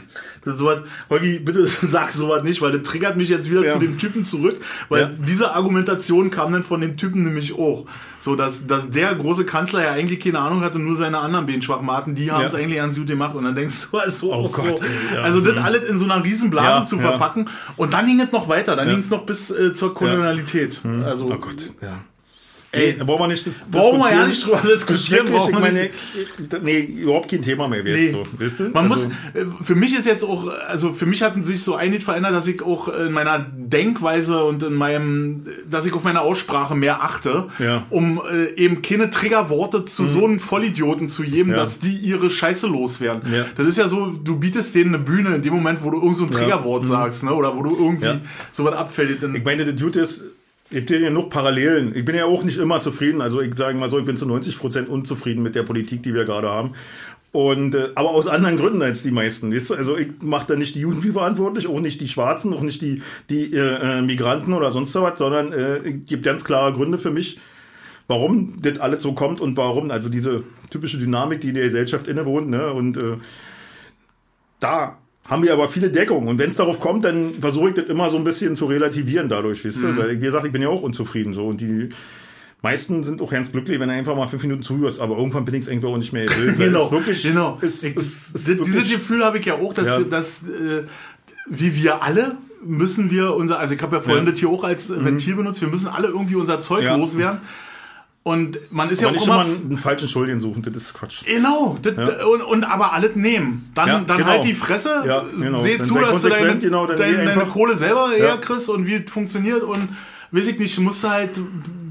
Holgi, bitte sag sowas nicht, weil das triggert mich jetzt wieder zu dem Typen zurück, weil diese Argumentation kam dann von dem Typen nämlich auch. So, dass der große Kanzler ja eigentlich keine Ahnung hatte, nur seine anderen beiden Schwachmaten, die haben es eigentlich ganz gut gemacht und dann denkst du, also das alles in so einer riesen Blase zu verpacken und dann ging es noch weiter, dann ging es noch bis zur Kolonialität. Also, oh Gott, ja. Ey, brauchen wir nicht brauchen wir ja nicht drüber diskutieren. Nee, überhaupt kein Thema mehr wird. Nee. So, weißt du? Man muss, für mich ist jetzt auch, also für mich hat sich so einiges verändert, dass ich auch in meiner Denkweise und dass ich auf meine Aussprache mehr achte, um eben keine Triggerworte zu so einem Vollidioten zu geben, dass die ihre Scheiße loswerden. Ja. Das ist ja so, du bietest denen eine Bühne in dem Moment, wo du irgend so ein Triggerwort sagst, ne, oder wo du irgendwie sowas abfällt. Ich meine, der Dude ist, ich habe ja noch Parallelen. Ich bin ja auch nicht immer zufrieden. Also ich sage mal so, ich bin zu 90% unzufrieden mit der Politik, die wir gerade haben. Und aber aus anderen Gründen als die meisten. Weißt du? Also ich mache da nicht die Juden für verantwortlich, auch nicht die Schwarzen, auch nicht die Migranten oder sonst was, sondern es gibt ganz klare Gründe für mich, warum das alles so kommt und warum, also diese typische Dynamik, die in der Gesellschaft innewohnt, ne? Und da haben wir aber viele Deckungen. Und wenn es darauf kommt, dann versuche ich das immer so ein bisschen zu relativieren dadurch, weißt du? Weil, wie gesagt, ich bin ja auch unzufrieden. So. Und die meisten sind auch ganz glücklich, wenn du einfach mal 5 Minuten zuhörst. Aber irgendwann bin ich es irgendwo auch nicht mehr gewillt. Genau. Dieses Gefühl habe ich ja auch, dass wie wir alle müssen wir also ich habe ja vorhin das hier auch als Ventil benutzt, wir müssen alle irgendwie unser Zeug loswerden. Und man ist aber ja auch immer einen falschen Schuldigen suchen, das ist Quatsch. Genau, und aber alles nehmen. Dann halt die Fresse, seh zu, dass du deine Kohle selber herkriegst und wie es funktioniert und weiß ich nicht, musst du halt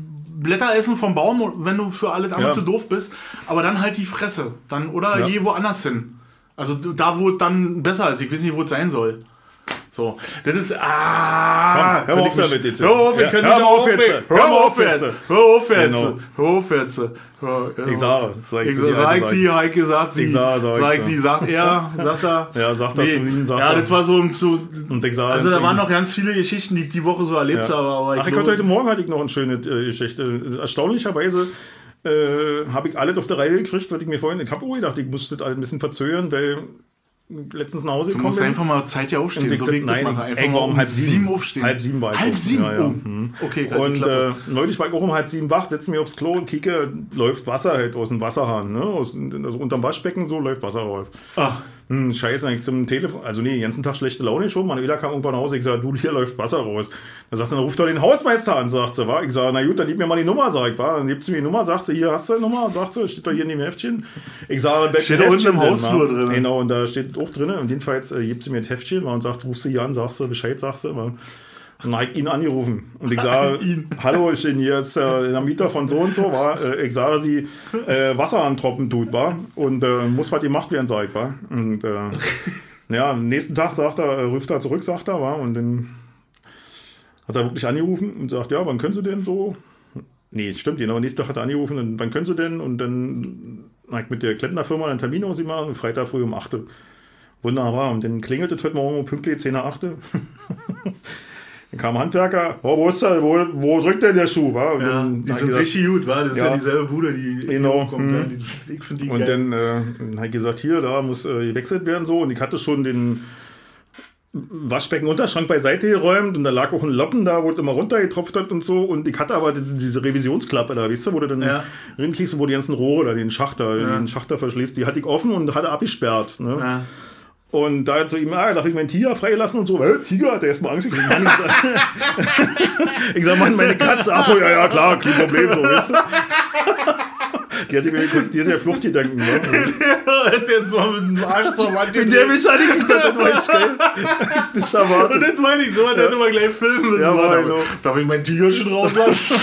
Blätter essen vom Baum, wenn du für alles andere zu doof bist, aber dann halt die Fresse. Dann, oder je woanders hin. Also da, wo es dann besser ist. Ich weiß nicht, wo es sein soll. So, das ist, Komm, hör mal auf damit jetzt. Hör auf, wir können nicht aufhören. Hör auf jetzt. Hör auf jetzt. Hör auf jetzt. Ich sage, sag sie, Heike gesagt sie, sag sie, sagt er, sagt er. Ja, sagt er zu ihm, sagt er. Ja, das war so, und ich sage, also da waren noch ganz viele Geschichten, die ich die Woche so erlebt habe. Aber heute Morgen hatte ich noch eine schöne Geschichte. Erstaunlicherweise habe ich alles auf der Reihe gekriegt, was ich mir vorhin, ich habe gedacht, ich musste das alles ein bisschen verzögern, weil letztens nach Hause gekommen bin. Du musst einfach mal zeitig aufstehen. Und ich so nein, einfach mal um 7 aufstehen. 6:30 war ich. 6:30? Ja. Oh. Okay, und neulich war ich auch um 6:30 wach, setze mich aufs Klo und kicke, läuft Wasser halt aus dem Wasserhahn. Ne? Also unterm Waschbecken so läuft Wasser raus. Ach. Scheiße, eigentlich zum Telefon, also den ganzen Tag schlechte Laune schon. Manuela kam irgendwann nach Hause, ich sage, du, hier läuft Wasser raus. Da sagt sie, dann ruft doch den Hausmeister an, sagt sie, wa? Ich sage, na gut, dann gib mir mal die Nummer, sag ich, wa? Dann gibt sie mir die Nummer, sagt sie, hier hast du die Nummer, sagt sie, steht doch hier in dem Heftchen. Ich sage, steht da unten im Hausflur drin. Genau, und da steht auch drin, und jedenfalls gibt sie mir ein Heftchen und sagt, rufst du hier an, sagst du, Bescheid, sagst du, wa? Dann habe ich ihn angerufen und ich sage, hallo, ich bin hier jetzt der Mieter von so und so, war. Ich sage, sie Wasser antropfen tut, war und muss was gemacht werden, sag ich, war. Und ja, am nächsten Tag sagt er, ruft er zurück, sagt er, war. Und dann hat er wirklich angerufen und sagt, ja, wann können Sie denn so? Nee, stimmt, genau, am nächsten Tag hat er angerufen und wann können Sie denn? Und dann habe ich mit der Klempnerfirma einen Termin ausgemacht, Freitag früh um 8 Uhr. Wunderbar, und dann klingelt es heute Morgen pünktlich 10 nach 8 Uhr. Dann kam ein Handwerker, wo ist der, wo drückt denn der Schuh? Wa? Und ja, dann, die sind gesagt, richtig gut, wa? Das ist ja dieselbe Bude, die genau, kommt. Ja, ich finde die und geil. Dann habe ich gesagt, hier, da muss gewechselt werden so. Und ich hatte schon den Waschbecken-Unterschrank beiseite geräumt und da lag auch ein Lappen da, wo es immer runtergetropft hat und so. Und ich hatte aber diese Revisionsklappe da, weißt du, wo du dann rinkriegst, wo die ganzen Rohre da, den Schachter verschließt, die hatte ich offen und hatte abgesperrt. Ne? Ja. Und da hat so ihm, darf ich meinen Tiger freilassen und so, Tiger, hat er erstmal Angst gekriegt. Ich sag, Mann, meine Katze, ach so, ja, klar, kein Problem, so, weißt du. Die hatte mir kurz dir Fluchtgedanken, ne? Hat jetzt mal mit dem Arsch zur Wand mit der mich angekriegt hat, das weiß ich, gell? Das ist erwartet. Und das meine ich so, der hätte mal gleich filmen müssen. Ja, war genau. Darf ich meinen Tiger schon rauslassen?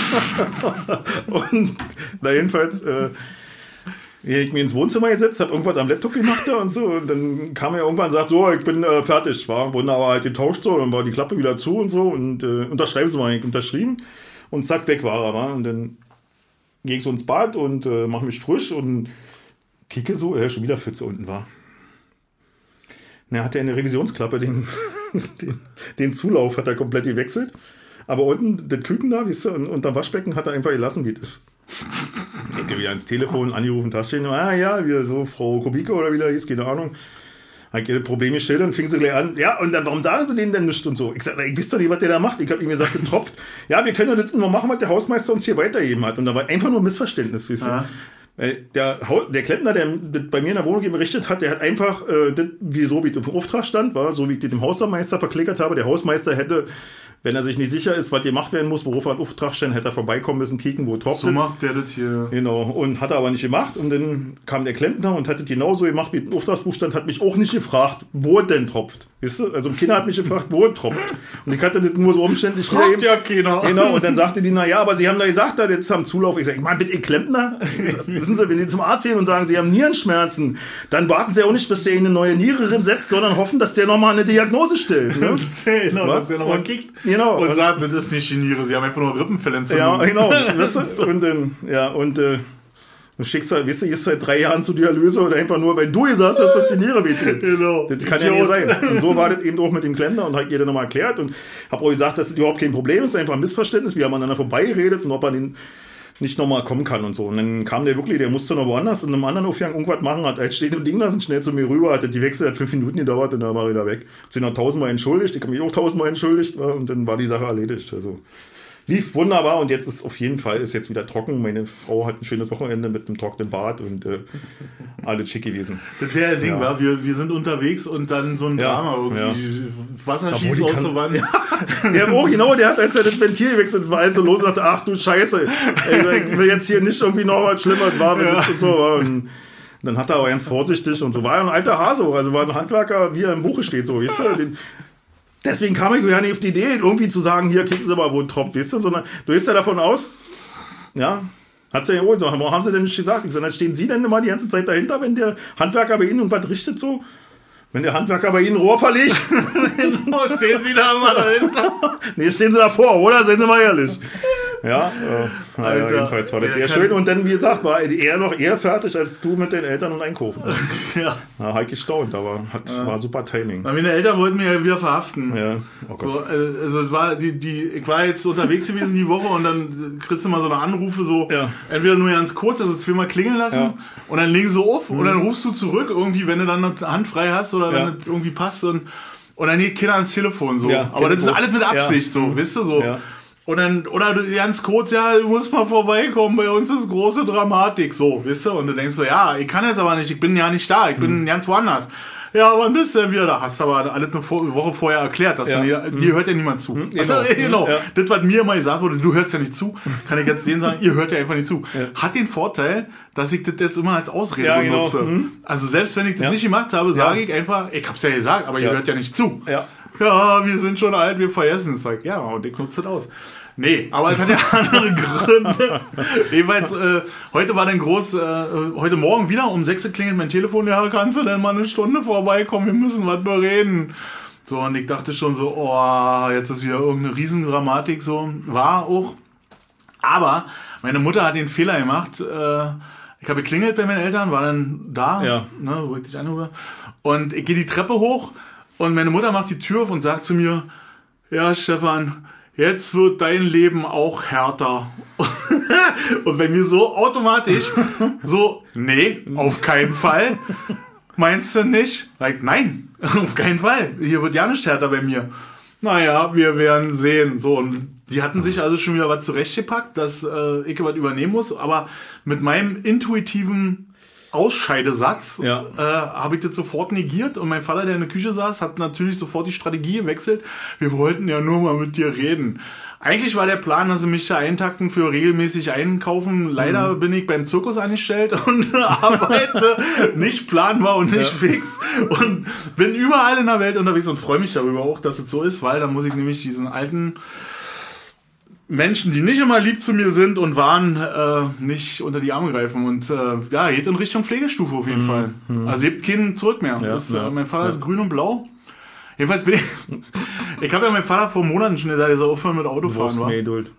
Und na jedenfalls, ich mir ins Wohnzimmer gesetzt, hab irgendwas am Laptop gemacht da und so. Und dann kam er irgendwann und sagt, so, ich bin fertig. Wurden aber halt getauscht so, dann war die Klappe wieder zu und so. Und unterschreiben Sie mal, ich unterschrieben. Und zack, weg war er. Wa? Und dann gehe ich so ins Bad und mache mich frisch und kicke so, schon wieder Pfütze unten war. Na, hat er eine Revisionsklappe, den Zulauf hat er komplett gewechselt. Aber unten, das Küken da, weißt du, und unterm Waschbecken hat er einfach gelassen, wie das ist. Ich gehe wieder ans Telefon, angerufen, Taschen, ja, wieder so, Frau Kubicke oder wie der hieß, keine Ahnung. Hat ihr Probleme gestellt und fing sie gleich an, ja, und dann, warum sagen sie denen denn nichts und so? Ich sag, ich weiß doch nicht, was der da macht. Ich habe ihm gesagt, der tropft. Ja, wir können das nur machen, was der Hausmeister uns hier weitergeben hat. Und da war einfach nur Missverständnis, weißt du. Ja. Der Klempner, der das bei mir in der Wohnung berichtet hat, der hat einfach, so wie es im Auftrag stand, war, so wie ich das dem Hausmeister verklickert habe, der Hausmeister hätte, wenn er sich nicht sicher ist, was gemacht werden muss, worauf er einen Auftrag stellt, hätte er vorbeikommen müssen, kicken, wo tropft. So macht der das hier. Genau, und hat er aber nicht gemacht. Und dann kam der Klempner und hat das genauso gemacht, wie im Auftragsbuchstand, hat mich auch nicht gefragt, wo es denn tropft. Weißt du? Also ein Kind hat mich gefragt, wo es tropft. Und ich hatte das nur so umständlich wieder eben. Ja, keiner. Genau, und dann sagte die, naja, aber Sie haben da gesagt, da jetzt haben Zulauf. Ich sage, ich meine, bitte, ihr Klempner? Wissen Sie, wenn Sie zum Arzt gehen und sagen, Sie haben Nierenschmerzen, dann warten Sie auch nicht, bis der Ihnen eine neue Niere setzt, sondern hoffen, dass der nochmal eine Diagnose stellt. Ne? Genau, dass der nochmal kickt. Genau. Und sagt, das ist nicht die Niere, Sie haben einfach nur Rippenfellentzündung. Ja, genau. Weißt du? Und dann, du schickst halt, weißt du, gehst seit 3 Jahren zur Dialyse oder einfach nur, weil du gesagt hast, dass die Niere wehtut. Genau. Das kann ja nicht sein. Und so war das eben auch mit dem Klempner und hat jeder nochmal erklärt und habe auch gesagt, dass das überhaupt kein Problem ist, einfach ein Missverständnis. Wir haben aneinander vorbeigeredet und ob er den nicht nochmal kommen kann und so. Und dann kam der wirklich, der musste noch woanders in einem anderen Aufgang irgendwas machen, hat als steht und Ding lassen, schnell zu mir rüber, hatte die Wechsel, hat 5 Minuten gedauert und dann war er wieder weg. Hat sich noch 1000-mal entschuldigt, ich habe mich auch 1000-mal entschuldigt und dann war die Sache erledigt. Also lief wunderbar und jetzt ist auf jeden Fall ist jetzt wieder trocken. Meine Frau hat ein schönes Wochenende mit einem trockenen Bad und alles schick gewesen. Das wäre das Ding, wa? Wir sind unterwegs und dann so ein Drama irgendwie. Wasser schießt aus der Wand. Der hat, als er das Ventil gewechselt war, also los sagte, ach du Scheiße, ich will jetzt hier nicht irgendwie noch was Schlimmeres war mit das und so. Und dann hat er aber ganz vorsichtig und so. War ja ein alter Hase, also war ein Handwerker, wie er im Buche steht, so, weißt du? Deswegen kam ich ja nicht auf die Idee, irgendwie zu sagen, hier kicken Sie mal, wo ein Tropf, weißt du, sondern du gehst ja davon aus, Ja. Hat sie ja auch gesagt. Warum haben sie denn nicht gesagt? Ich sag, dann stehen Sie denn immer die ganze Zeit dahinter, wenn der Handwerker bei Ihnen irgendwas richtet so? Wenn der Handwerker bei Ihnen Rohr verlegt? Stehen Sie da immer dahinter? Nee, stehen Sie davor, oder? Seien Sie mal ehrlich. Ja, Alter, jedenfalls war das sehr schön. Und dann, wie gesagt, war er noch eher fertig als du mit den Eltern und einkaufen. Ja. Na, halt gestaunt, aber war super Timing. Meine Eltern wollten mich ja wieder verhaften. Ja, oh Gott. So, also es war ich war jetzt unterwegs gewesen die Woche und dann kriegst du mal so eine Anrufe, so entweder nur ganz kurz, also zweimal klingeln lassen und dann legen sie auf und dann rufst du zurück irgendwie, wenn du dann eine Hand frei hast oder wenn es irgendwie passt und dann geht Kinder ans Telefon so. Ja, aber das ist alles mit Absicht so, wisst du so. Ja. Und dann, oder ganz kurz, ja, du musst mal vorbeikommen, bei uns ist große Dramatik, so, wisst ihr? Und du denkst so, ja, ich kann jetzt aber nicht, ich bin ja nicht da, ich bin ganz woanders. Ja, wann bist du denn wieder da? Hast du aber alles eine Woche vorher erklärt, dass dir hört ja niemand zu. Genau. Ja. Das, was mir immer gesagt wurde, du hörst ja nicht zu, kann ich jetzt denen sagen, ihr hört ja einfach nicht zu. Ja. Hat den Vorteil, dass ich das jetzt immer als Ausrede benutze. Genau. Also selbst wenn ich das nicht gemacht habe, sage ich einfach, ich hab's ja gesagt, aber ihr hört ja nicht zu. Ja, wir sind schon alt, wir vergessen es. Ja, und ich nutze das aus. Nee, aber es hat ja andere Gründe. Jedenfalls, heute war dann heute Morgen wieder um 6 Uhr klingelt mein Telefon, ja, kannst du denn mal eine Stunde vorbeikommen, wir müssen was bereden. So, und ich dachte schon so, oh, jetzt ist wieder irgendeine Riesendramatik, so, war auch. Aber meine Mutter hat den Fehler gemacht, ich habe geklingelt bei meinen Eltern, war dann da, wo ich dich anrufe, und ich gehe die Treppe hoch, und meine Mutter macht die Tür auf und sagt zu mir, ja, Stefan, jetzt wird dein Leben auch härter. Und bei mir so automatisch, so, nee, auf keinen Fall. Meinst du nicht? Like, nein, auf keinen Fall. Hier wird ja nicht härter bei mir. Naja, wir werden sehen. So, und die hatten sich also schon wieder was zurechtgepackt, dass ich was übernehmen muss. Aber mit meinem intuitiven Ausscheidesatz habe ich das sofort negiert und mein Vater, der in der Küche saß, hat natürlich sofort die Strategie gewechselt. Wir wollten ja nur mal mit dir reden. Eigentlich war der Plan, dass sie mich da eintakten für regelmäßig einkaufen. Leider bin ich beim Zirkus angestellt und arbeite nicht planbar und nicht fix und bin überall in der Welt unterwegs und freue mich darüber auch, dass es so ist, weil dann muss ich nämlich diesen alten Menschen, die nicht immer lieb zu mir sind und waren, nicht unter die Arme greifen. Und geht in Richtung Pflegestufe auf jeden Fall. Also ihr habt keinen zurück mehr. Mein Vater ist grün und blau. Jedenfalls bin ich habe ja meinem Vater vor Monaten schon gesagt, er soll aufhören mit Autofahren. War. Geduld.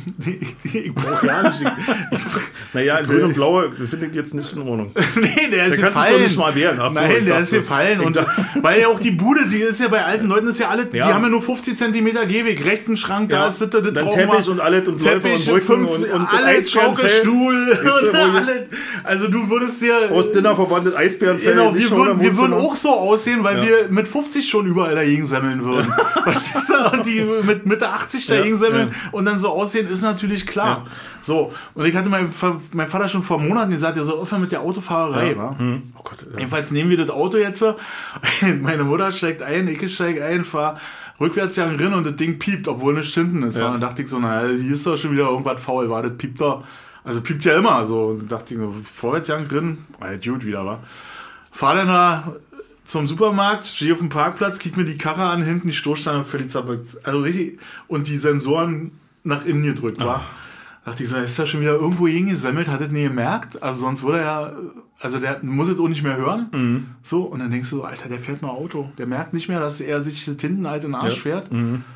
Ich brauche ja nicht. Naja, grün und blau finde ich jetzt nicht in Ordnung. Nee, der ist gefallen. Doch nicht mal wehren. Nein, der ist gefallen. Und weil ja auch die Bude, die ist ja bei alten Leuten, ist ja alle, die haben ja nur 50 cm Gehweg. Rechts ein Schrank, da ist das dann Teppich und alles und Teppich Läufer und Brücken und alles, Schaukelstuhl und alles. Also du würdest dir... Aus Dinnerverband das Eisbärenfell. Genau, wir würden auch so aussehen, weil wir mit 50 schon überall dagegen semmeln würden. Verstehst du? Und die mit Mitte 80 dagegen semmeln und dann so aussehen, ist natürlich klar. So, und ich hatte mein Vater schon vor Monaten gesagt, er soll aufhören mit der Autofahrerei. Wa? Oh Gott, Jedenfalls nehmen wir das Auto jetzt. Meine Mutter steigt ein, ich steige ein, fahre rückwärts ja drin und das Ding piept, obwohl nichts hinten ist. Und dann dachte ich so, naja, hier ist doch schon wieder irgendwas faul, war das piept da. Also piept ja immer so. Und dann dachte ich so, vorwärts ja drin, gut wieder, wa? Fahr dann da zum Supermarkt, stehe auf dem Parkplatz, kick mir die Karre an, hinten die Stoßstange völlig zerbeugt. Also richtig, und die Sensoren nach innen gedrückt, war. Dachte ich so, ist da schon wieder irgendwo hingesammelt, hat das nie gemerkt, also sonst würde er also der muss es auch nicht mehr hören. So, und dann denkst du so, Alter, der fährt noch Auto, der merkt nicht mehr, dass er sich hinten halt in den Arsch fährt.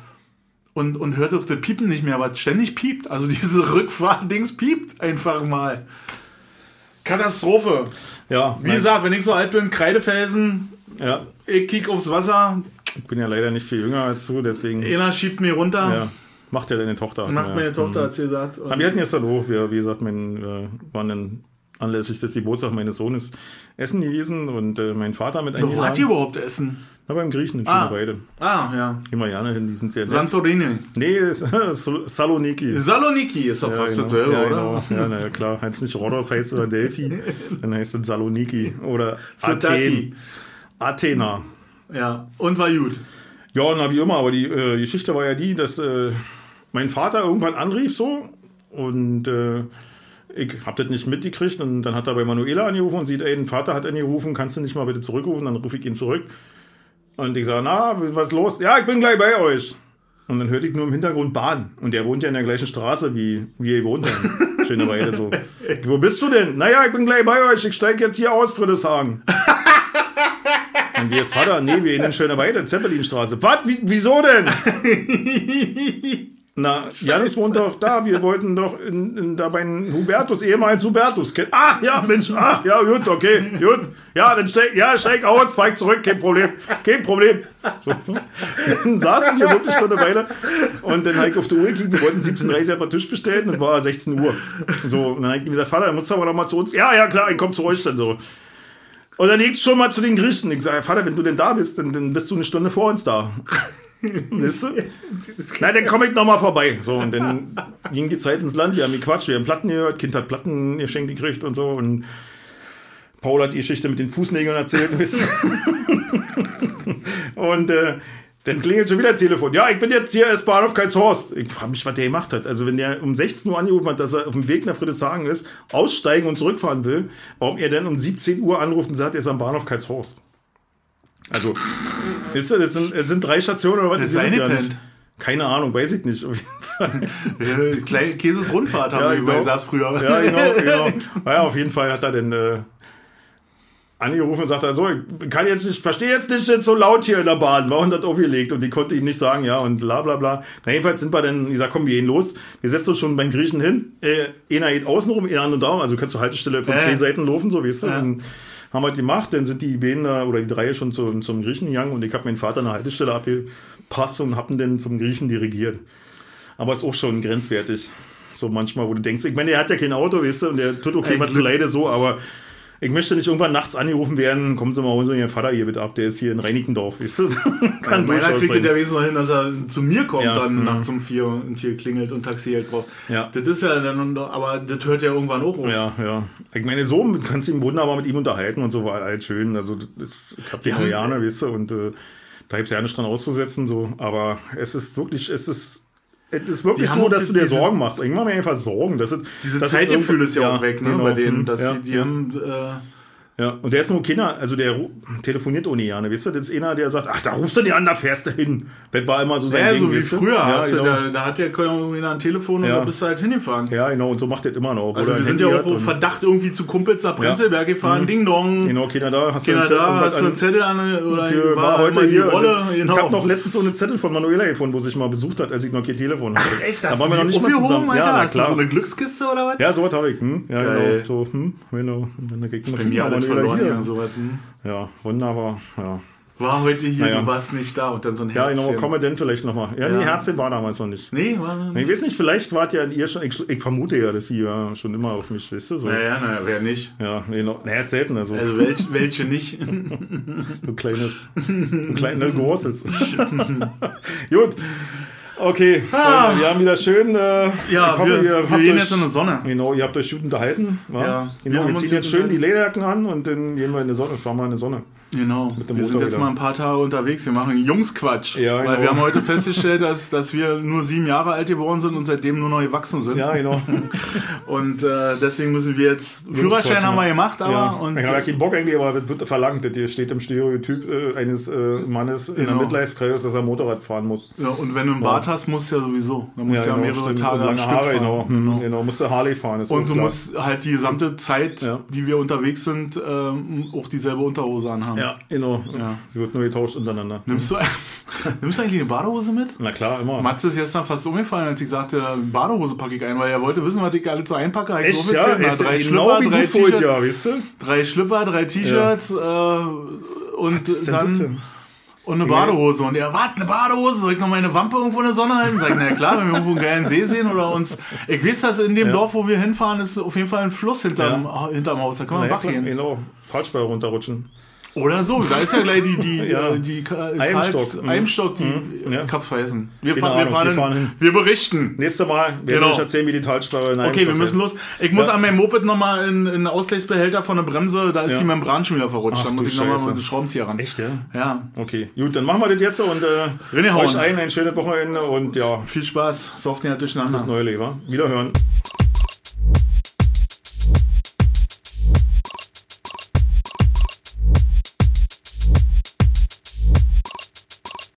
Und hört auch das Piepen nicht mehr, weil es ständig piept, also diese Rückfahrdings piept einfach mal. Katastrophe. Ja. Wie gesagt, wenn ich so alt bin, Kreidefelsen, ich kick aufs Wasser. Ich bin ja leider nicht viel jünger als du, deswegen... Einer schiebt mir runter. Ja. Macht ja deine Tochter. Macht meine Tochter, hat sie gesagt. Aber wir hatten jetzt Hallo, wie gesagt, waren dann anlässlich des Geburtstags meines Sohnes essen gewesen und mein Vater mit eingeladen. Wo wart ihr überhaupt essen? Na, beim Griechen in Schöneweide. Ja. Gehen wir gerne hin, die sind sehr nett. Santorini. Nee, Saloniki. Saloniki ist doch fast dasselbe, oder? Genau. Ja, na klar. Heißt nicht Rhodos, heißt oder Delphi, dann heißt es Saloniki oder Athena. Ja, und war gut. Ja, na wie immer, aber die Geschichte war ja die, dass mein Vater irgendwann anrief so und ich hab das nicht mitgekriegt und dann hat er bei Manuela angerufen und sieht, ey, dein Vater hat angerufen, kannst du nicht mal bitte zurückrufen? Dann rufe ich ihn zurück und ich sage, na, was ist los? Ja, ich bin gleich bei euch. Und dann hörte ich nur im Hintergrund Bahn und der wohnt ja in der gleichen Straße wie ihr wohnt. Schöneweide so. Wo bist du denn? Naja, ich bin gleich bei euch, ich steige jetzt hier aus, Friedrichshagen. Und wir, Vater, nee, wir in Schöneweide, Zeppelinstraße. Was? Wieso denn? Na, Janis wohnt doch da, wir wollten doch da bei Hubertus, ehemals Hubertus kennen. Ach, ja, Mensch, ach, ja, gut, okay, gut. Ja, dann steig aus, fahr ich zurück, kein Problem. So. Dann saßen wir wirklich schon eine Weile und dann habe ich auf die Uhr gekriegt, wir wollten 17:30 auf den Tisch bestellen und war 16 Uhr. So, und dann habe ich gesagt, Vater, dann musst du aber noch mal zu uns. Ja, klar, ich komme zu euch dann so. Und dann legst du schon mal zu den Griechen. Ich sage, Vater, wenn du denn da bist, dann bist du eine Stunde vor uns da. Weißt du? Nein, dann komme ich nochmal vorbei. So, und dann ging die Zeit ins Land, wir haben gequatscht, wir haben Platten gehört, Kind hat Platten geschenkt gekriegt und so. Und Paul hat die Geschichte mit den Fußnägeln erzählt. Weißt du? Und dann klingelt schon wieder das Telefon. Ja, ich bin jetzt hier als Bahnhof Karlshorst. Ich frage mich, was der gemacht hat. Also wenn der um 16 Uhr angerufen hat, dass er auf dem Weg nach Friedrichshagen ist, aussteigen und zurückfahren will, warum er dann um 17 Uhr anruft und sagt, er ist am Bahnhof Karlshorst. Also, wisst ihr, es sind 3 Stationen oder was? Das ist eingepennt. Keine Ahnung, weiß ich nicht. Auf jeden Fall. Käses Rundfahrt haben wir gesagt früher. Ja, genau. Naja, auf jeden Fall hat er dann angerufen und sagte, so, ich verstehe jetzt nicht so laut hier in der Bahn, war 100 aufgelegt und die konnte ihm nicht sagen, ja, und bla bla bla. Na, jedenfalls sind wir dann, ich sag, komm, wir gehen los. Wir setzen uns schon beim Griechen hin. Einer geht außenrum, einer an und da, also kannst du Haltestelle von 2 Seiten laufen, so, weißt du. Ja. Und haben wir gemacht, dann sind die beiden oder die 3 schon zum Griechen gegangen und ich habe meinen Vater eine Haltestelle abgepasst und hab ihn dann zum Griechen dirigiert. Aber ist auch schon grenzwertig. So manchmal, wo du denkst, ich meine, der hat ja kein Auto, weißt du, und der tut okay, mal zu leide so, aber ich möchte nicht irgendwann nachts angerufen werden, kommen Sie mal, holen Sie Ihren Vater hier bitte ab, der ist hier in Reinickendorf, weißt du. Kann meiner kriegt der wenigstens noch hin, dass er zu mir kommt, dann nachts um 4 und hier klingelt und Taxi halt braucht. Ja. Das ist ja dann, aber das hört ja irgendwann auch auf. Ja. Ich meine, so kannst du ihn wunderbar mit ihm unterhalten und so, war halt schön, also ich hab die Marianne, weißt du, und da gibt's ja nichts dran auszusetzen, so, aber es ist wirklich so, dass du dir Sorgen machst. Ich mache mir einfach Sorgen. Diese Zeitgefühl ist ja auch weg, ne, genau, bei denen. Dass die haben... Ja, und der ist nur Kinder, also der telefoniert ohne Jane, weißt du? Das ist einer, der sagt, ach, da rufst du die an, da fährst du hin. Das war immer so sein Ding, so wie früher. Ja, genau. Da hat der einer ein Telefon und da bist du halt hingefahren. Ja, und so macht der immer noch. Also wir sind ja auch auf Verdacht irgendwie zu Kumpels nach Prenzlberg gefahren, Ding Dong. Genau, Kinder da, hast du einen Zettel an, oder war heute hier. Rolle. Genau. Ich hab noch letztens so einen Zettel von Manuela gefunden, wo sie sich mal besucht hat, als ich noch kein Telefon hatte. Ach echt? Da waren wir noch nicht mal zusammen. Ja, hast du so eine Glückskiste oder was? Ja, sowas habe ich. Ja, genau. So, genau. Und dann kriegt man alles verloren, ja, sowas. Ja, wunderbar. Ja. War heute hier, du warst nicht da und dann so ein Herzchen. Ja, genau, kommen denn vielleicht nochmal. Ja, nee, Herzchen war damals noch nicht. Nee, war noch nicht. Ich weiß nicht, vielleicht wart ja ihr schon, ich vermute ja, dass sie ja schon immer auf mich, wisst ihr, so. Naja, wer nicht? Ja, genau. Naja, ist selten, also. Also welche nicht? Du kleines, großes. Gut. Okay, wir haben wieder schön. Ich hoffe, wir gehen jetzt in die Sonne. Genau, ihr habt euch gut unterhalten. Ja, genau, wir ziehen jetzt schön die Lederjacken an und dann gehen wir in die Sonne, fahren wir in die Sonne. Genau, wir sind jetzt mal ein paar Tage unterwegs, wir machen Jungsquatsch. Ja, genau. Weil wir haben heute festgestellt, dass wir nur 7 Jahre alt geworden sind und seitdem nur noch gewachsen sind. Ja, genau. Und deswegen müssen wir jetzt, Führerschein haben wir gemacht, aber... Ja. Und ich habe ja keinen Bock eigentlich, aber das wird verlangt. Das steht im Stereotyp eines Mannes in der Midlife-Crisis, dass er Motorrad fahren muss. Ja, und wenn du einen Bart hast, musst du ja sowieso. Dann musst du mehrere Tage am Stück fahren. Genau, musst du Harley fahren. Und du musst halt die gesamte Zeit, die wir unterwegs sind, auch dieselbe Unterhose anhaben. Ja, genau. Ja. Die wird nur getauscht untereinander. Nimmst du eigentlich eine Badehose mit? Na klar, immer. Matze ist gestern fast umgefallen, als ich sagte, Badehose packe ich ein, weil er wollte wissen, was ich alle so einpacke. Echt, so ja? 3 Schlüpper, 3 T-Shirts. Ja, weißt du? 3 Schlüpper, 3 T-Shirts und dann... Und eine Badehose. Und er, was, eine Badehose? Soll ich noch meine Wampe irgendwo in der Sonne halten? Sag ich, na klar, wenn wir irgendwo einen geilen See sehen oder uns... Ich weiß, dass in dem Dorf, wo wir hinfahren, ist auf jeden Fall ein Fluss hinterm Haus. Da kann man Bach gehen. Genau, Fahrtspur runterrutschen. Oder so, da ist ja gleich die Eimstock, ich hab's vergessen. Wir fahren hin. Wir berichten. Nächstes Mal werden wir euch erzählen, wie die Talsperre in Okay, wir müssen los. Ich muss an meinem Moped nochmal in einen Ausgleichsbehälter von der Bremse, da ist die Membran schon wieder verrutscht. Da muss ich nochmal mit dem Schraubenzieher ran. Echt, ja? Ja. Okay, gut, dann machen wir das jetzt und euch ein schönes Wochenende und ja. Viel Spaß, sauft den halt durcheinander. Bis neue Leber. Wiederhören.